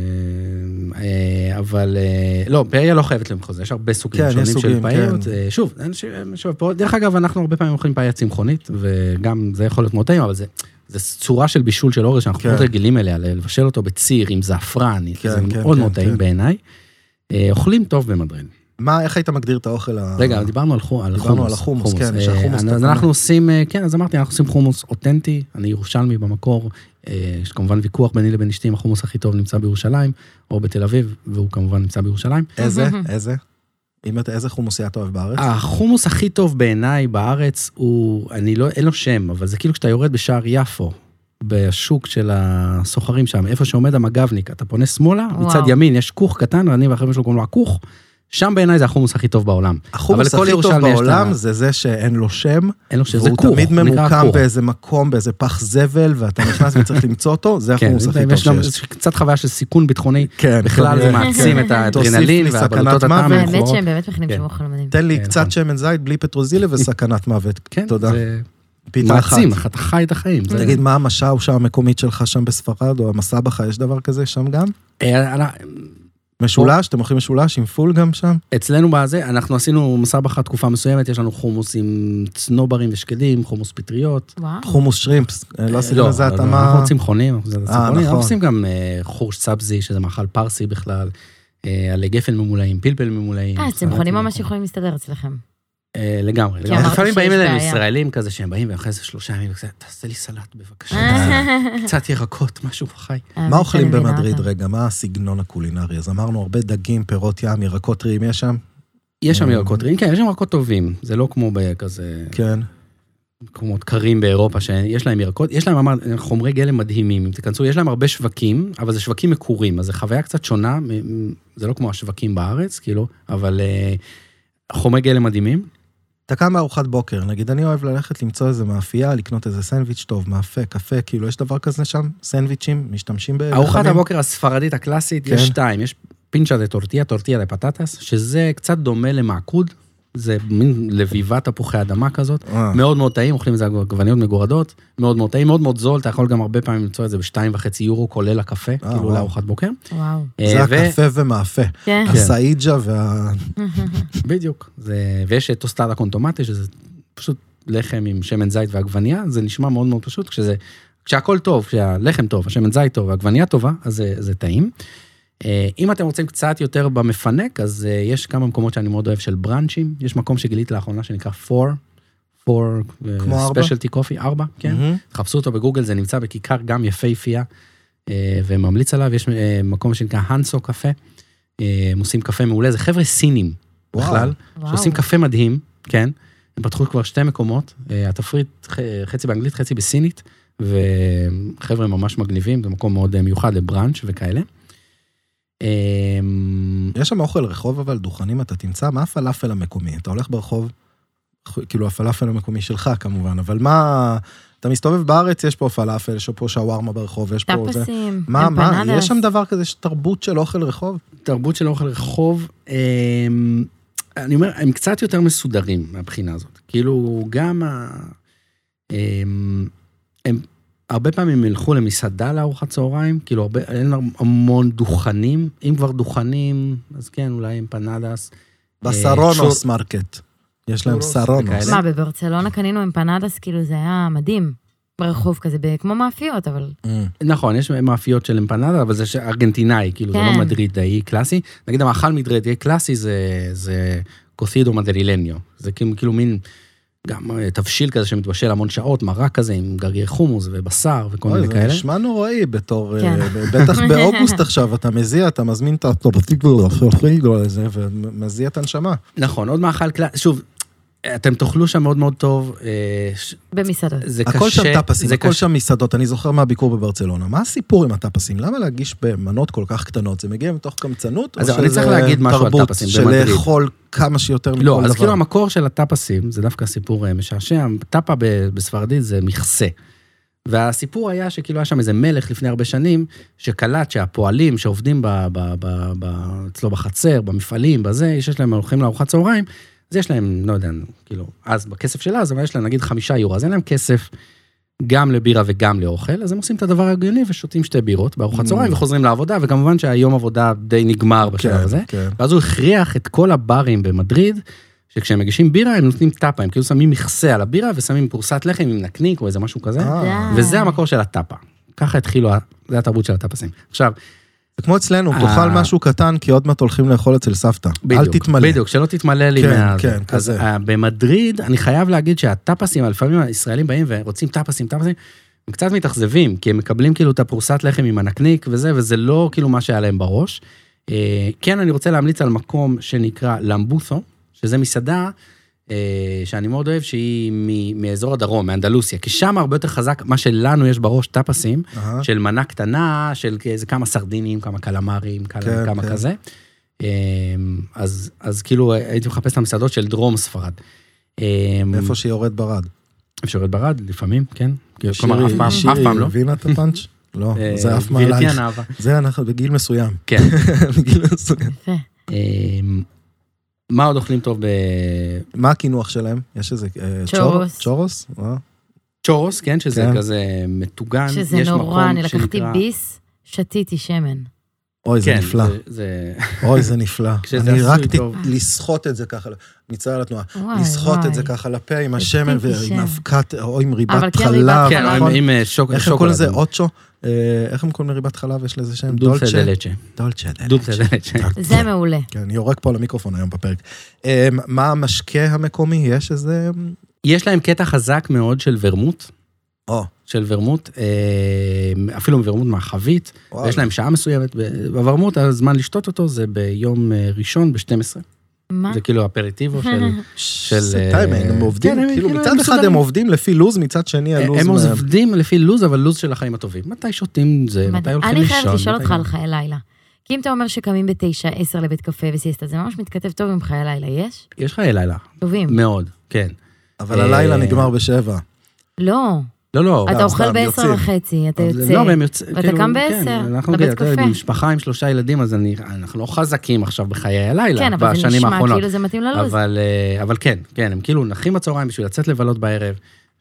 אבל, לא, פאיה לא חייבת למחוז, יש הרבה סוגים שונים של פאיות, שוב, דרך אגב, אנחנו הרבה פעמים אוכלים פאיה צמחונית, וגם זה יכול להיות מאוד טעים, אבל זה צורה של בישול של אורז, שאנחנו מאוד רגילים אליה, לבשל אותו בציר עם זעפרן, זה מאוד מאוד טעים בעיניי. אוכלים טוב במדריד. איך היית מגדיר את האוכל? רגע, דיברנו על החומוס, כן, אז אנחנו עושים, כן, אז אמרתי, אנחנו עושים חומוס אותנטי, אני ירושלמי במקור, יש כמובן ויכוח ביני לבין אשתי, אם החומוס הכי טוב נמצא בירושלים, או בתל אביב, והוא כמובן נמצא בירושלים. איזה? איזה חומוס אתה אוהב בארץ? החומוס הכי טוב בעיניי בארץ הוא, אין לו שם, אבל זה כאילו כשאתה יורד בשער יפו, בשוק של הסוחרים שם, איפה שעומד המגבניק, אתה פונה שמאלה, מצד ימין יש כוך קטן, אני והחברים שלו קוראים לו הכוך, שם בעיניי זה החומוס הכי טוב בעולם. החומוס הכי טוב בעולם זה שאין לו שם, והוא תמיד ממוקם באיזה מקום, באיזה פח זבל, ואתה נכנס וצריך למצוא אותו, זה החומוס הכי טוב שיש. יש קצת חוויה של סיכון ביטחוני, בכלל זה מעצים את האדרנלין, והבלוטות הטעם. האמת שהם באמת מכינים שם אוכל מדהים. תן לי קצת שמן זית בלי פטרוזילה וסכנת מוות. תודה. מעצים, אתה חי את החיים. תגיד, מה המשאו המקומית שלך שם בספרד, או המסבך, יש דבר כזה שם גם? משולש, אתם אוכלים משולש עם פול גם שם? אצלנו בזה, אנחנו עשינו מסבך תקופה מסוימת, יש לנו חומוס עם צנוברים ושקדים, חומוס פטריות. חומוס שרימפס, לא עשיתם לזה התאמה. אנחנו רוצים חונים, אנחנו עושים גם חורש סבזי, שזה מאכל פרסי בכלל, עלי גפן ממולאים, פלפל ממולאים. צמחונים ממש יכולים להסתדר אצלכם. לגמרי. לפעמים באים אלינו ישראלים כזה, שהם באים ואחרי זה 3 ימים, תעשה לי סלט בבקשה, קצת ירקות, משהו בחי. מה אוכלים במדריד רגע? מה הסגנון הקולינרי? אז אמרנו הרבה דגים, פירות ים, ירקות טריים, יש שם? יש שם ירקות טריים, כן, יש שם ירקות טובים, זה לא כמו בכזה... כן. כמו קרים באירופה, שיש להם ירקות, יש להם חומרי גלם מדהימים, אם תכנסו, יש להם הרבה שווקים, אבל זה שווקים מקורים, אז זו חוויה קצת שונה, זה לא כמו השווקים בארץ, כאילו, אבל חומרי גלם מדהימים. אתה קם בארוחת בוקר, נגיד, אני אוהב ללכת למצוא איזה מאפייה, לקנות איזה סנדוויץ' טוב, מאפה, קפה, כאילו, יש דבר כזה שם? סנדוויצ'ים, משתמשים בלחמים? ארוחת הבוקר הספרדית הקלאסית, יש 2, יש פינצ'ה דה טורטיה, טורטיה דה פטטס, שזה קצת דומה למעקוד, זה מין לביבת תפוחי אדמה כזאת, מאוד מאוד טעים, אוכלים את זה עגבניות מגורדות, מאוד מאוד טעים, מאוד מאוד זול, אתה יכול גם הרבה פעמים למצוא את זה ב2.5 יורו, כולל הקפה, כאילו לארוחת בוקר. זה הקפה ומאפה, הסאיג'ה בדיוק, ויש טוסטדה קונטומטי, שזה פשוט לחם עם שמן זית ועגבניה, זה נשמע מאוד מאוד פשוט, כשזה כשהכל טוב, כשהלחם טוב, השמן זית טוב, העגבנייה טובה, אז זה טעים. אם אתם רוצים קצת יותר במפנק, אז יש כמה מקומות שאני מאוד אוהב של ברנצ'ים, יש מקום שגילית לאחרונה שנקרא 4 ספיישלטי קופי, 4, כן? חפשו אותו בגוגל, זה נמצא בכיכר גם יפהפייה, וממליץ עליו, יש מקום שנקרא הנסו קפה, הם עושים קפה מעולה, זה חבר'ה סינים בכלל, שעושים קפה מדהים, כן? הם פתחו כבר 2 מקומות, התפריט חצי באנגלית, חצי בסינית, וחבר'ה ממש מגניבים, זה מקום מאוד מיוחד לברנץ' וכאלה. יש שם אוכל רחוב, אבל דוכנים אתה תמצא, מה הפלאפל המקומי? אתה הולך ברחוב, כאילו הפלאפל המקומי שלך כמובן, אבל מה, אתה מסתובב בארץ, יש פה פלאפל, יש פה שווארמה ברחוב, יש פה... טאפסים, מה, יש שם דבר כזה, תרבות של אוכל רחוב? תרבות של אוכל רחוב, אני אומר, הם קצת יותר מסודרים מהבחינה הזאת. כאילו, גם הם הרבה פעמים ילכו למסעדה לארוחת צהריים, כאילו, אין המון דוכנים, אם כבר דוכנים, אז כן, אולי עם פנדס. בסרונוס מרקט. יש להם סרונוס. מה, בברצלונה קנינו עם פנדס, כאילו זה היה מדהים. ברחוב כזה, כמו מאפיות, אבל... נכון, יש מאפיות של אמפנדה, אבל זה ארגנטינאי, כאילו, זה לא מדרידאי קלאסי. נגיד, המאכל מדרידאי קלאסי זה קוסידו מדרילניו. זה כאילו מין, גם תבשיל כזה שמתבשל המון שעות, מרק כזה עם גרגיר חומוס ובשר וכל מיני כאלה. זה נשמע נוראי בתור, בטח באוגוסט עכשיו, אתה מזיע, אתה מזמין את הטופטיקלו הזה, ומזיע את הנשמה. נכון, עוד מאכל קלאסי, שוב, אתם תאכלו שם מאוד מאוד טוב. במסעדות. זה קשה. הכל שם טאפסים, הכל שם מסעדות. אני זוכר מהביקור בברצלונה. מה הסיפור עם הטאפסים? למה להגיש במנות כל כך קטנות? זה מגיע מתוך קמצנות? אז אני צריך להגיד משהו על טאפסים. של לאכול כמה שיותר מכל דבר. לא, אז כאילו המקור של הטאפסים, זה דווקא סיפור משעשע. טאפה בספרדית זה מכסה. והסיפור היה שכאילו היה שם איזה מלך לפני הרבה שנים, שקלט שהפועלים שעובדים אצלו בחצר, במפעלים, בזה, יש להם הולכים לארוחת צהריים, אז יש להם, לא יודע, כאילו, אז בכסף של אז, אבל יש להם נגיד 5 יורו, אז אין להם כסף גם לבירה וגם לאוכל, אז הם עושים את הדבר הגיוני ושותים 2 בירות בארוחת צהריים וחוזרים לעבודה, וכמובן שהיום עבודה די נגמר בשלב הזה, ואז הוא הכריח את כל הברים במדריד, שכשהם מגישים בירה, הם נותנים טאפה, הם כאילו שמים מכסה על הבירה, ושמים פורסת לחם עם נקניק או איזה משהו כזה, וזה המקור של הטאפה. ככה התחילו, זה התרבות של הטאפסים. עכשיו, זה כמו אצלנו, תאכל משהו קטן, כי עוד מעט הולכים לאכול אצל סבתא. אל תתמלא. בדיוק, שלא תתמלא לי מה... כן, כזה. במדריד, אני חייב להגיד שהטאפסים, לפעמים הישראלים באים ורוצים טאפסים, הם קצת מתאכזבים, כי הם מקבלים כאילו את הפרוסת לחם עם הנקניק וזה לא כאילו מה שהיה להם בראש. כן, אני רוצה להמליץ על מקום שנקרא למבות'ו, שזה מסעדה שאני מאוד אוהב, שהיא מאזור הדרום, מאנדלוסיה, כי שם הרבה יותר חזק, מה שלנו יש בראש, טאפסים, של מנה קטנה, של איזה כמה סרדינים, כמה קלמרים, כמה כזה. אז כאילו הייתי מחפש את המסעדות של דרום ספרד. איפה שיורד ברד? איפה שיורד ברד, לפעמים, כן. כלומר, אף פעם לא. הבינה את הפאנץ'? לא, זה אף מעלייך. זה אנחנו בגיל מסוים. כן. בגיל מסוים. מה עוד אוכלים טוב מה הכינוח שלהם? יש איזה... צ'ורוס. צ'ורוס? צ'ורוס, כן, שזה כזה מטוגן. שזה נורא, אני לקחתי ביס, שתיתי שמן. אוי, זה נפלא. אוי, זה נפלא. אני רק לסחוט את זה ככה, מצטער על התנועה, לסחוט את זה ככה לפה עם השמן ועם אבקת, או עם ריבת חלב. כן, עם שוקולד. איך הם קוראים לזה? אוטשו? איך הם קוראים לריבת חלב? יש לזה שם? דולצ'ה דלצ'ה. דולצ'ה דלצ'ה. זה מעולה. כן, אני יורק פה למיקרופון היום בפרק. מה המשקה המקומי? יש איזה... יש להם קטע חזק מאוד של ורמוט. של ורמוט, אפילו ורמוט מהחבית, ויש להם שעה מסוימת, בוורמוט, הזמן לשתות אותו זה ביום ראשון ב-12. זה כאילו אפריטיבו של... הם עובדים, כאילו מצד אחד הם עובדים לפי לוז, מצד שני הלוז... הם עובדים לפי לוז, אבל לוז של החיים הטובים. מתי שותים זה? מתי הולכים לישון? אני חייבת לשאול אותך על חיי לילה. כי אם אתה אומר שקמים ב-9-10 לבית קפה וסיסטה, זה ממש מתכתב טוב עם חיי לילה, יש? יש חיי לילה. טובים. מאוד, כן. אבל הלילה נגמר ב7. לא. לא. אתה אוכל ב10:30, אתה יוצא, ואתה קם ב10, לבית קפה. משפחה עם 3 ילדים, אז אנחנו לא חזקים עכשיו בחיי הלילה, כן, אבל זה נשמע כאילו זה מתאים ללוז. אבל כן, הם כאילו נחים בצהריים בשביל לצאת לבלות בערב,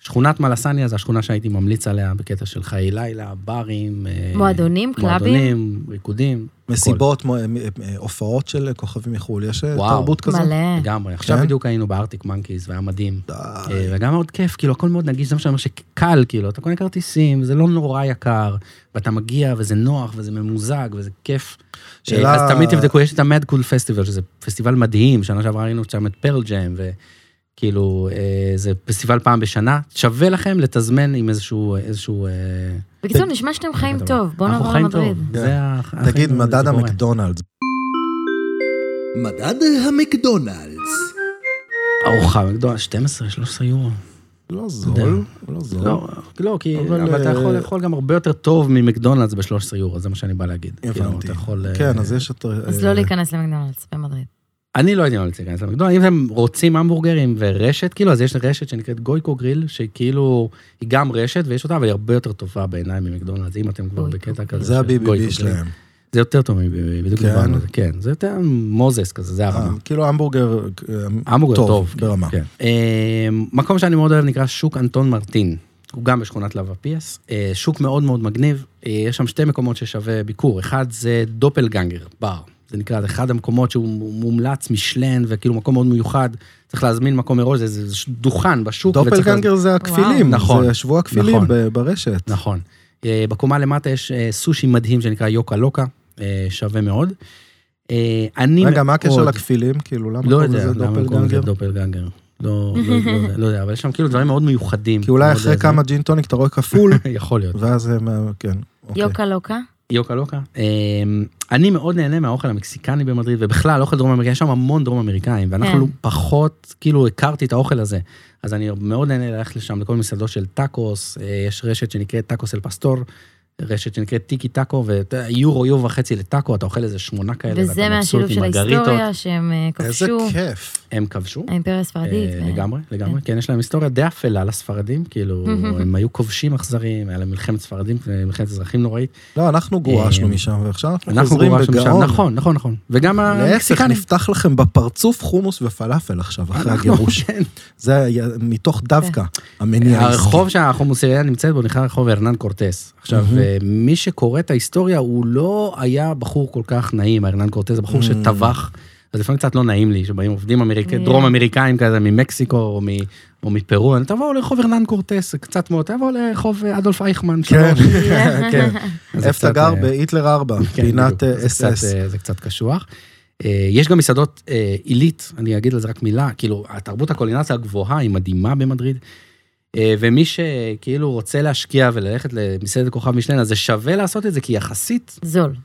שכונת מלסניה, זו השכונה שהייתי ממליץ עליה בקטע של חיי לילה, ברים, מועדונים, קלאבים, מועדונים, ריקודים. מסיבות, הופעות של כוכבים מחול, יש תרבות כזאת? מלא. לגמרי, עכשיו בדיוק היינו בארטיק מנקיז, והיה מדהים. וגם מאוד כיף, כאילו, הכל מאוד נגיש, זה מה שאני אומר שקל, כאילו, אתה קונה כרטיסים, זה לא נורא יקר, ואתה מגיע, וזה נוח, וזה ממוזג, וזה כיף. אז תמיד תבדקו, יש את המד קול פסטיבל, שזה פסטיבל מדהים, שנה שעברה ראינו שם את פרל ג'ם, וכאילו, זה פסטיבל פעם בשנה, שווה לכם לתזמן עם איזשהו... בקיצור, נשמע שאתם חיים טוב, בואו נעבור למדריד. תגיד, מדד המקדונלדס. מדד המקדונלדס. ארוחה, מקדונלדס, 13 יורו. לא זול, לא זול. לא, אבל אתה יכול לאכול גם הרבה יותר טוב ממקדונלדס ב-13 יורו, זה מה שאני בא להגיד. הבנתי. כן, אז יש יותר... אז לא להיכנס למקדונלדס במדריד. אני לא הייתי ממליץ להיכנס למקדונלדס, אם הם רוצים המבורגרים ורשת, כאילו, אז יש רשת שנקראת גויקו גריל, שכאילו, היא גם רשת, ויש אותה, אבל היא הרבה יותר טובה בעיניי ממקדונלדס, אם אתם כבר בקטע כזה. זה הביבי שלהם. זה יותר טוב בדיוק דיברנו על זה, כן. זה יותר מוזס כזה, זה הרמה. כאילו המבורגר טוב, ברמה. מקום שאני מאוד אוהב נקרא שוק אנטון מרטין. הוא גם בשכונת לבה פיאס. שוק מאוד מאוד מגניב. יש שם שתי מקומות ששווה ביקור. אחד זה דופלגנגר, בר. זה נקרא, זה אחד המקומות שהוא מומלץ משלן, וכאילו מקום מאוד מיוחד. צריך להזמין מקום מראש, זה דוכן בשוק. דופלגנגר זה הכפילים. נכון. זה שבוע הכפילים ברשת. נכון. בקומה למטה יש סושי מדהים שנקרא יוקה לוקה. שווה מאוד. רגע, מה הקשר לכפילים? כאילו, למה קוראים לזה דופלגנגר? דופלגנגר. לא יודע, אבל יש שם כאילו דברים מאוד מיוחדים. כי אולי אחרי כמה ג'ין טוניק אתה רואה כפול. יכול להיות. ואז כן. יוקה לוקה? יוקה לוקה. אני מאוד נהנה מהאוכל המקסיקני במדריד, ובכלל, אוכל דרום אמריקאי, יש שם המון דרום אמריקאים, ואנחנו פחות, כאילו, הכרתי את האוכל הזה. אז אני מאוד נהנה ללכת לשם לכל מסעדות של טאקוס, יש רשת שנקראת טאקוס אל פסטור, רשת שנקראת טיקי טאקו, ויורו וחצי לטאקו, אתה אוכל איזה 8 כאלה, וזה מהשילוב של ההיסטוריה שהם כבשו. איזה כיף. הם כבשו. האימפריה הספרדית. לגמרי. כן, יש להם היסטוריה די אפלה לספרדים, כאילו, הם היו כובשים אכזרים, היה להם מלחמת ספרדים, מלחמת אזרחים נוראית. לא, אנחנו גורשנו משם, ועכשיו אנחנו חוזרים בגאון. נכון. וגם המקסיקנים. נפתח לכם בפרצוף חומוס ופלאפל עכשיו, אחרי הגירוש. זה מתוך דווקא, המניע העסקי. הרחוב שהחומוסייה נמצאת בו נקרא רחוב הרנן קורטס. עכשיו, מי שקורא את ההיסטוריה, הוא לא היה בחור כל כך נעים, הרנן קורטס, זה בחור שטבח, אז לפעמים קצת לא נעים לי, שבאים עובדים דרום אמריקאים כזה, ממקסיקו או מפרו, תבואו לרחוב הרנן קורטס, קצת מאוד, תבואו לרחוב אדולף אייכמן. כן. איפה אתה גר? בהיטלר 4, פינת SS. זה קצת קשוח. יש גם מסעדות עילית, אני אגיד לזה רק מילה, כאילו, התרבות הקולינציה הגבוהה היא מדהימה במדריד, ומי שכאילו רוצה להשקיע וללכת למסעדת כוכב משלן, אז זה שווה לעשות את זה, כי יחסית...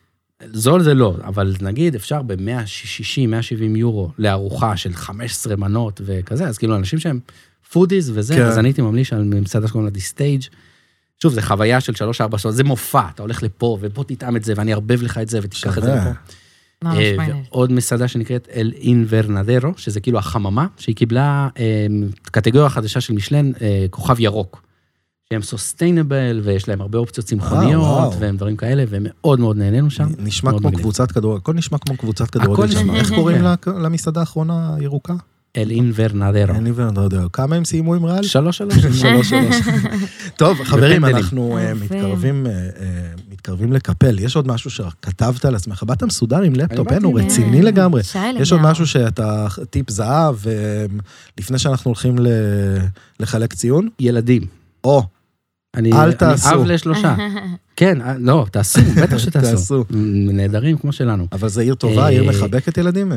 זול זה לא, אבל נגיד אפשר ב-160-170 יורו לארוחה של 15 מנות וכזה, אז כאילו אנשים שהם פודיז וזה, אז אני הייתי ממליץ על מסעדה שקוראים לה די סטייג'. שוב, זה חוויה של 3-4 שעות, זה מופע, אתה הולך לפה ופה תטעם את זה, ואני ארבב לך את זה ותשכח את זה לפה. ועוד מסעדה שנקראת אל אינברנדרו, שזה כאילו החממה, שהיא קיבלה קטגוריה חדשה של משלן, כוכב ירוק, שהם סוסטיינבל, ויש להם הרבה אופציות צמחוניות, והם דברים כאלה, ומאוד מאוד נהנינו שם. נשמע כמו קבוצת כדורגל, הכל נשמע כמו קבוצת כדורגל. איך קוראים למסעדה האחרונה הירוקה? אל אינברנדרו. אל אינברנדרו. כמה הם סיימו עם ריאל? 3-3. טוב, חברים, אנחנו מתקרבים לקפל. יש עוד משהו שכתבת על עצמך. באת מסודר עם לפטופ, אין, הוא רציני לגמרי. יש עוד משהו שאתה טיפ זהב, ולפני שאנחנו הולכים לחלק ציון? ילדים. אל תעשו. אני אב ל3. כן, לא, תעשו, בטח שתעשו. נהדרים כמו שלנו. אבל זה עיר טובה, עיר מחבקת ילדים,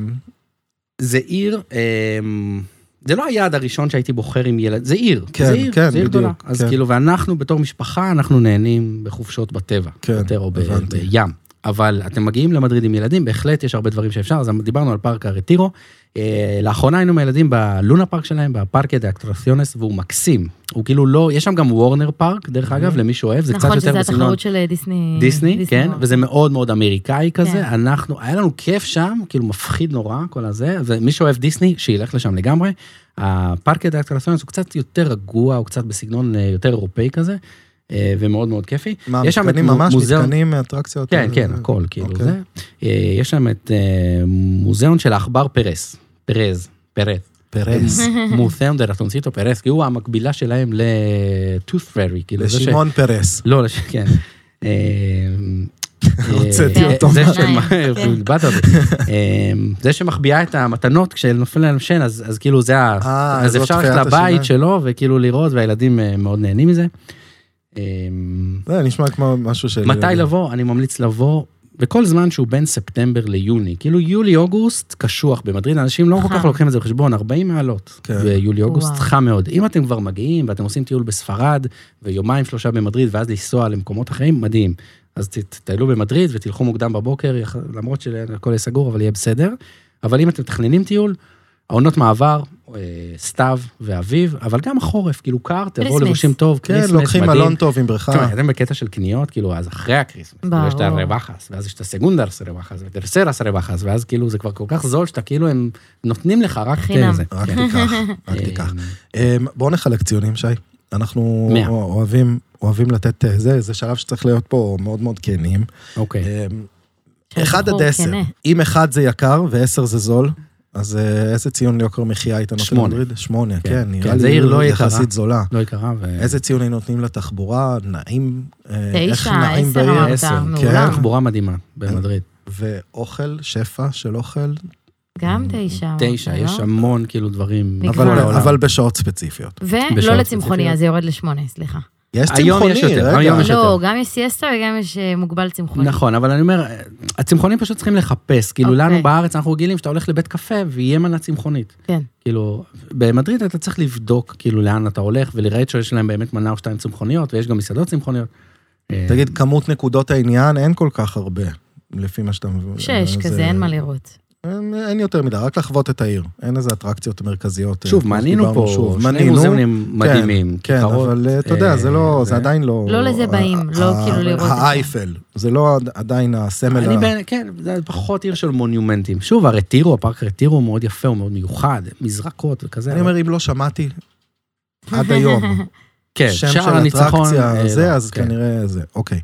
זה עיר, זה לא היעד הראשון שהייתי בוחר עם ילד, זה עיר, זה עיר גדולה. אז כאילו, ואנחנו בתור משפחה, אנחנו נהנים בחופשות בטבע, יותר או בים. אבל אתם מגיעים למדריד עם ילדים, בהחלט יש הרבה דברים שאפשר, אז דיברנו על פארק הרטירו, לאחרונה היינו מילדים בלונה פארק שלהם, בפארקה דה אטרקציונס, והוא מקסים. הוא כאילו לא, יש שם גם וורנר פארק, דרך אגב, למי שאוהב, זה קצת יותר בסגנון. נכון, שזה התחרות של דיסני. דיסני, כן, וזה מאוד מאוד אמריקאי כזה. היה לנו כיף שם, כאילו מפחיד נורא, כל הזה, ומי שאוהב דיסני, שילך לשם לגמרי. הפארקה דה אטרקציונס הוא קצת יותר רגוע, הוא קצת בסגנון יותר אירופאי כזה, ומאוד מאוד כיפי. מה, מתקנים ממש, מתקנים מאטרקציות? כן, כן, הכל, כאילו זה. יש שם את מוזיאון של העכבר פרז. פרס. מוסאום דה רטונציטו פרס, כי הוא המקבילה שלהם לטוס פרי. לשמעון פרס. לא, כן. הוצאתי אותו. זה שמחביאה את המתנות כשנופל להם שן, אז כאילו זה אז אפשר ללכת לבית שלו, וכאילו לראות, והילדים מאוד נהנים מזה. זה נשמע כמו משהו של... מתי לבוא? אני ממליץ לבוא, וכל זמן שהוא בין ספטמבר ליוני, כאילו יולי-אוגוסט קשוח במדריד, אנשים לא כל כך לוקחים את זה בחשבון, 40 מעלות ביולי-אוגוסט, חם מאוד. אם אתם כבר מגיעים, ואתם עושים טיול בספרד, ויומיים 3 במדריד, ואז לנסוע למקומות אחרים, מדהים. אז תטיילו במדריד ותלכו מוקדם בבוקר, למרות שהכל יהיה סגור, אבל יהיה בסדר. אבל אם אתם מתכננים טיול, העונות מעבר, סתיו ואביב, אבל גם החורף, כאילו קר, תבואו לבושים טוב, כן, לוקחים מלון טוב עם בריכה. אתם בקטע של קניות, כאילו, אז אחרי הקריסמס, יש את הרווחס, ואז יש את הסגונדרס רווחס, וטרסרס רווחס, ואז כאילו זה כבר כל כך זול, שאתה כאילו הם נותנים לך רק זה. רק תיקח. בואו נחלק ציונים, שי. אנחנו אוהבים לתת זה שלב שצריך להיות פה מאוד מאוד כנים. אוקיי. 1 עד 10. אם 1 זה יקר ו10 זה זול, אז איזה ציון ליוקר מחיה היית נותן למדריד? 8, כן, נראה לי יחסית זולה. לא יקרה. איזה ציון היינו נותנים לתחבורה? נעים? 9, 10, מעולה. תחבורה מדהימה במדריד. ואוכל, שפע של אוכל? גם 9. 9, יש המון כאילו דברים. אבל בשעות ספציפיות. ולא לצמחוני, אז זה יורד ל8, סליחה. יש צמחוני, רגע. לא, גם יש סיאסטה וגם יש מוגבל צמחוני. נכון, אבל אני אומר, הצמחונים פשוט צריכים לחפש, כאילו לנו בארץ אנחנו רגילים שאתה הולך לבית קפה ויהיה מנה צמחונית. כן. כאילו, במדריד אתה צריך לבדוק כאילו לאן אתה הולך ולראות שיש להם באמת מנה או 2 צמחוניות, ויש גם מסעדות צמחוניות. תגיד, כמות נקודות העניין אין כל כך הרבה, לפי מה שאתה מבין. 6 כזה, אין מה לראות. אין יותר מדי, רק לחוות את העיר. אין איזה אטרקציות מרכזיות. שוב, מענינו פה, שני מוזיאונים מדהימים. כן, אבל אתה יודע, זה עדיין לא... לא לזה באים, לא כאילו לראות את זה. האייפל, זה לא עדיין הסמל... כן, זה פחות עיר של מונומנטים. שוב, הרטירו, הפארק רטירו הוא מאוד יפה, הוא מאוד מיוחד, מזרקות וכזה. אני אומר, אם לא שמעתי עד היום... כן, שער הניצחון. זה, אז כנראה זה, אוקיי.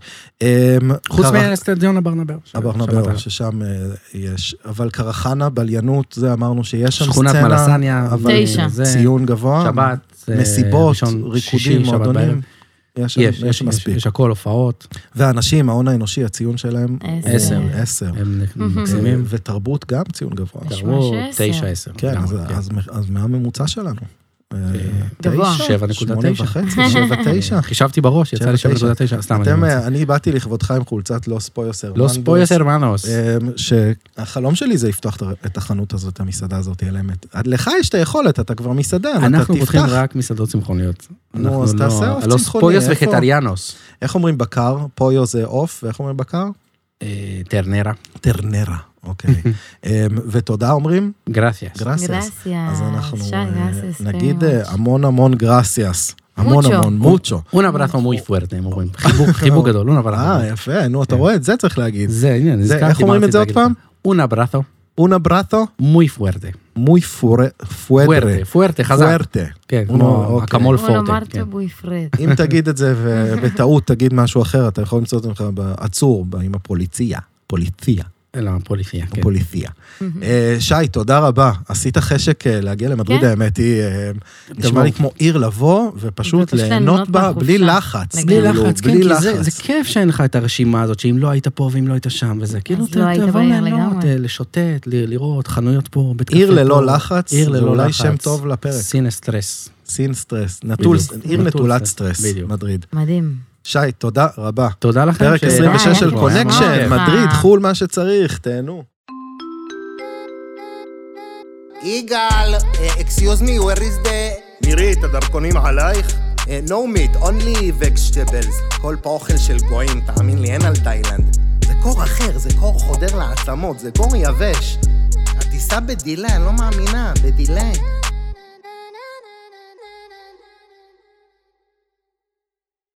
חוץ מהסטדיון הברנבר. הברנבר, ששם יש, אבל קרחנה, בליינות, זה אמרנו שיש שם סצנה. שכונת מלסניה. 9. ציון גבוה. שבת. מסיבות, ריקודים, מועדונים. יש מספיק. יש הכל, הופעות. והאנשים, ההון האנושי, הציון שלהם. 10. הם מקסימים. ותרבות גם ציון גבוה. תרבות 9-10. כן, אז מה הממוצע שלנו? גבוה. 7.9. 7.9. חישבתי בראש, יצא לי 7.9, סתם. אני באתי לכבודך עם חולצת לוס פויוס הרמנדוס. לוס פויוס הרמנדוס. שהחלום שלי זה לפתוח את החנות הזאת, המסעדה הזאת, לך יש את היכולת, אתה כבר מסעדן, אנחנו פותחים רק מסעדות צמחוניות. נו, אז תעשה אוף צמחוני. לוס פויוס וחטריאנוס. איך אומרים בקר? פויו זה אוף, ואיך אומרים בקר? טרנרה. טרנרה. אוקיי. ותודה אומרים? גרסיאס. גרסיאס. אז אנחנו נגיד המון גרסיאס. המון, מוצ'ו. אונה ברתו מוי פוארטה, הם אומרים. חיבוק גדול, אונה ברתו. יפה, נו, אתה רואה את זה צריך להגיד. זה, הנה, נזכרתי. איך אומרים את זה עוד פעם? אונה ברתו. אונה ברתו? מוי פוארטה. מוי פוארטה. פוארטה, חזק. כן, כמו אקמול פורטה. אם תגיד את זה ובטעות תגיד משהו אחר, אתה יכול למצוא אותך בעצור, עם הפוליציה. לא, פוליפיה, כן. פוליפיה. שי, תודה רבה. עשית חשק להגיע למדריד, האמת היא, נשמע לי כמו עיר לבוא, ופשוט ליהנות בה בלי לחץ. בלי לחץ, כן, כי זה כיף שאין לך את הרשימה הזאת, שאם לא היית פה ואם לא היית שם, וזה כאילו, תבוא ליהנות, לשוטט, לראות, חנויות פה, בית קפה פה. עיר ללא לחץ, זה אולי שם טוב לפרק. סין סטרס. סין סטרס. עיר נטולת סטרס, מדריד. מדהים. שי, תודה רבה. תודה לכם. פרק 26 של קונקשן, מדריד, חול מה שצריך, תהנו. יגאל, excuse me, where is the... נירית, הדרכונים עלייך? No meat, only vegetables. כל פה אוכל של גויים, תאמין לי, אין על תאילנד. זה קור אחר, זה קור חודר לעצמות, זה קור יבש. הטיסה בדילה, אני לא מאמינה, בדילה.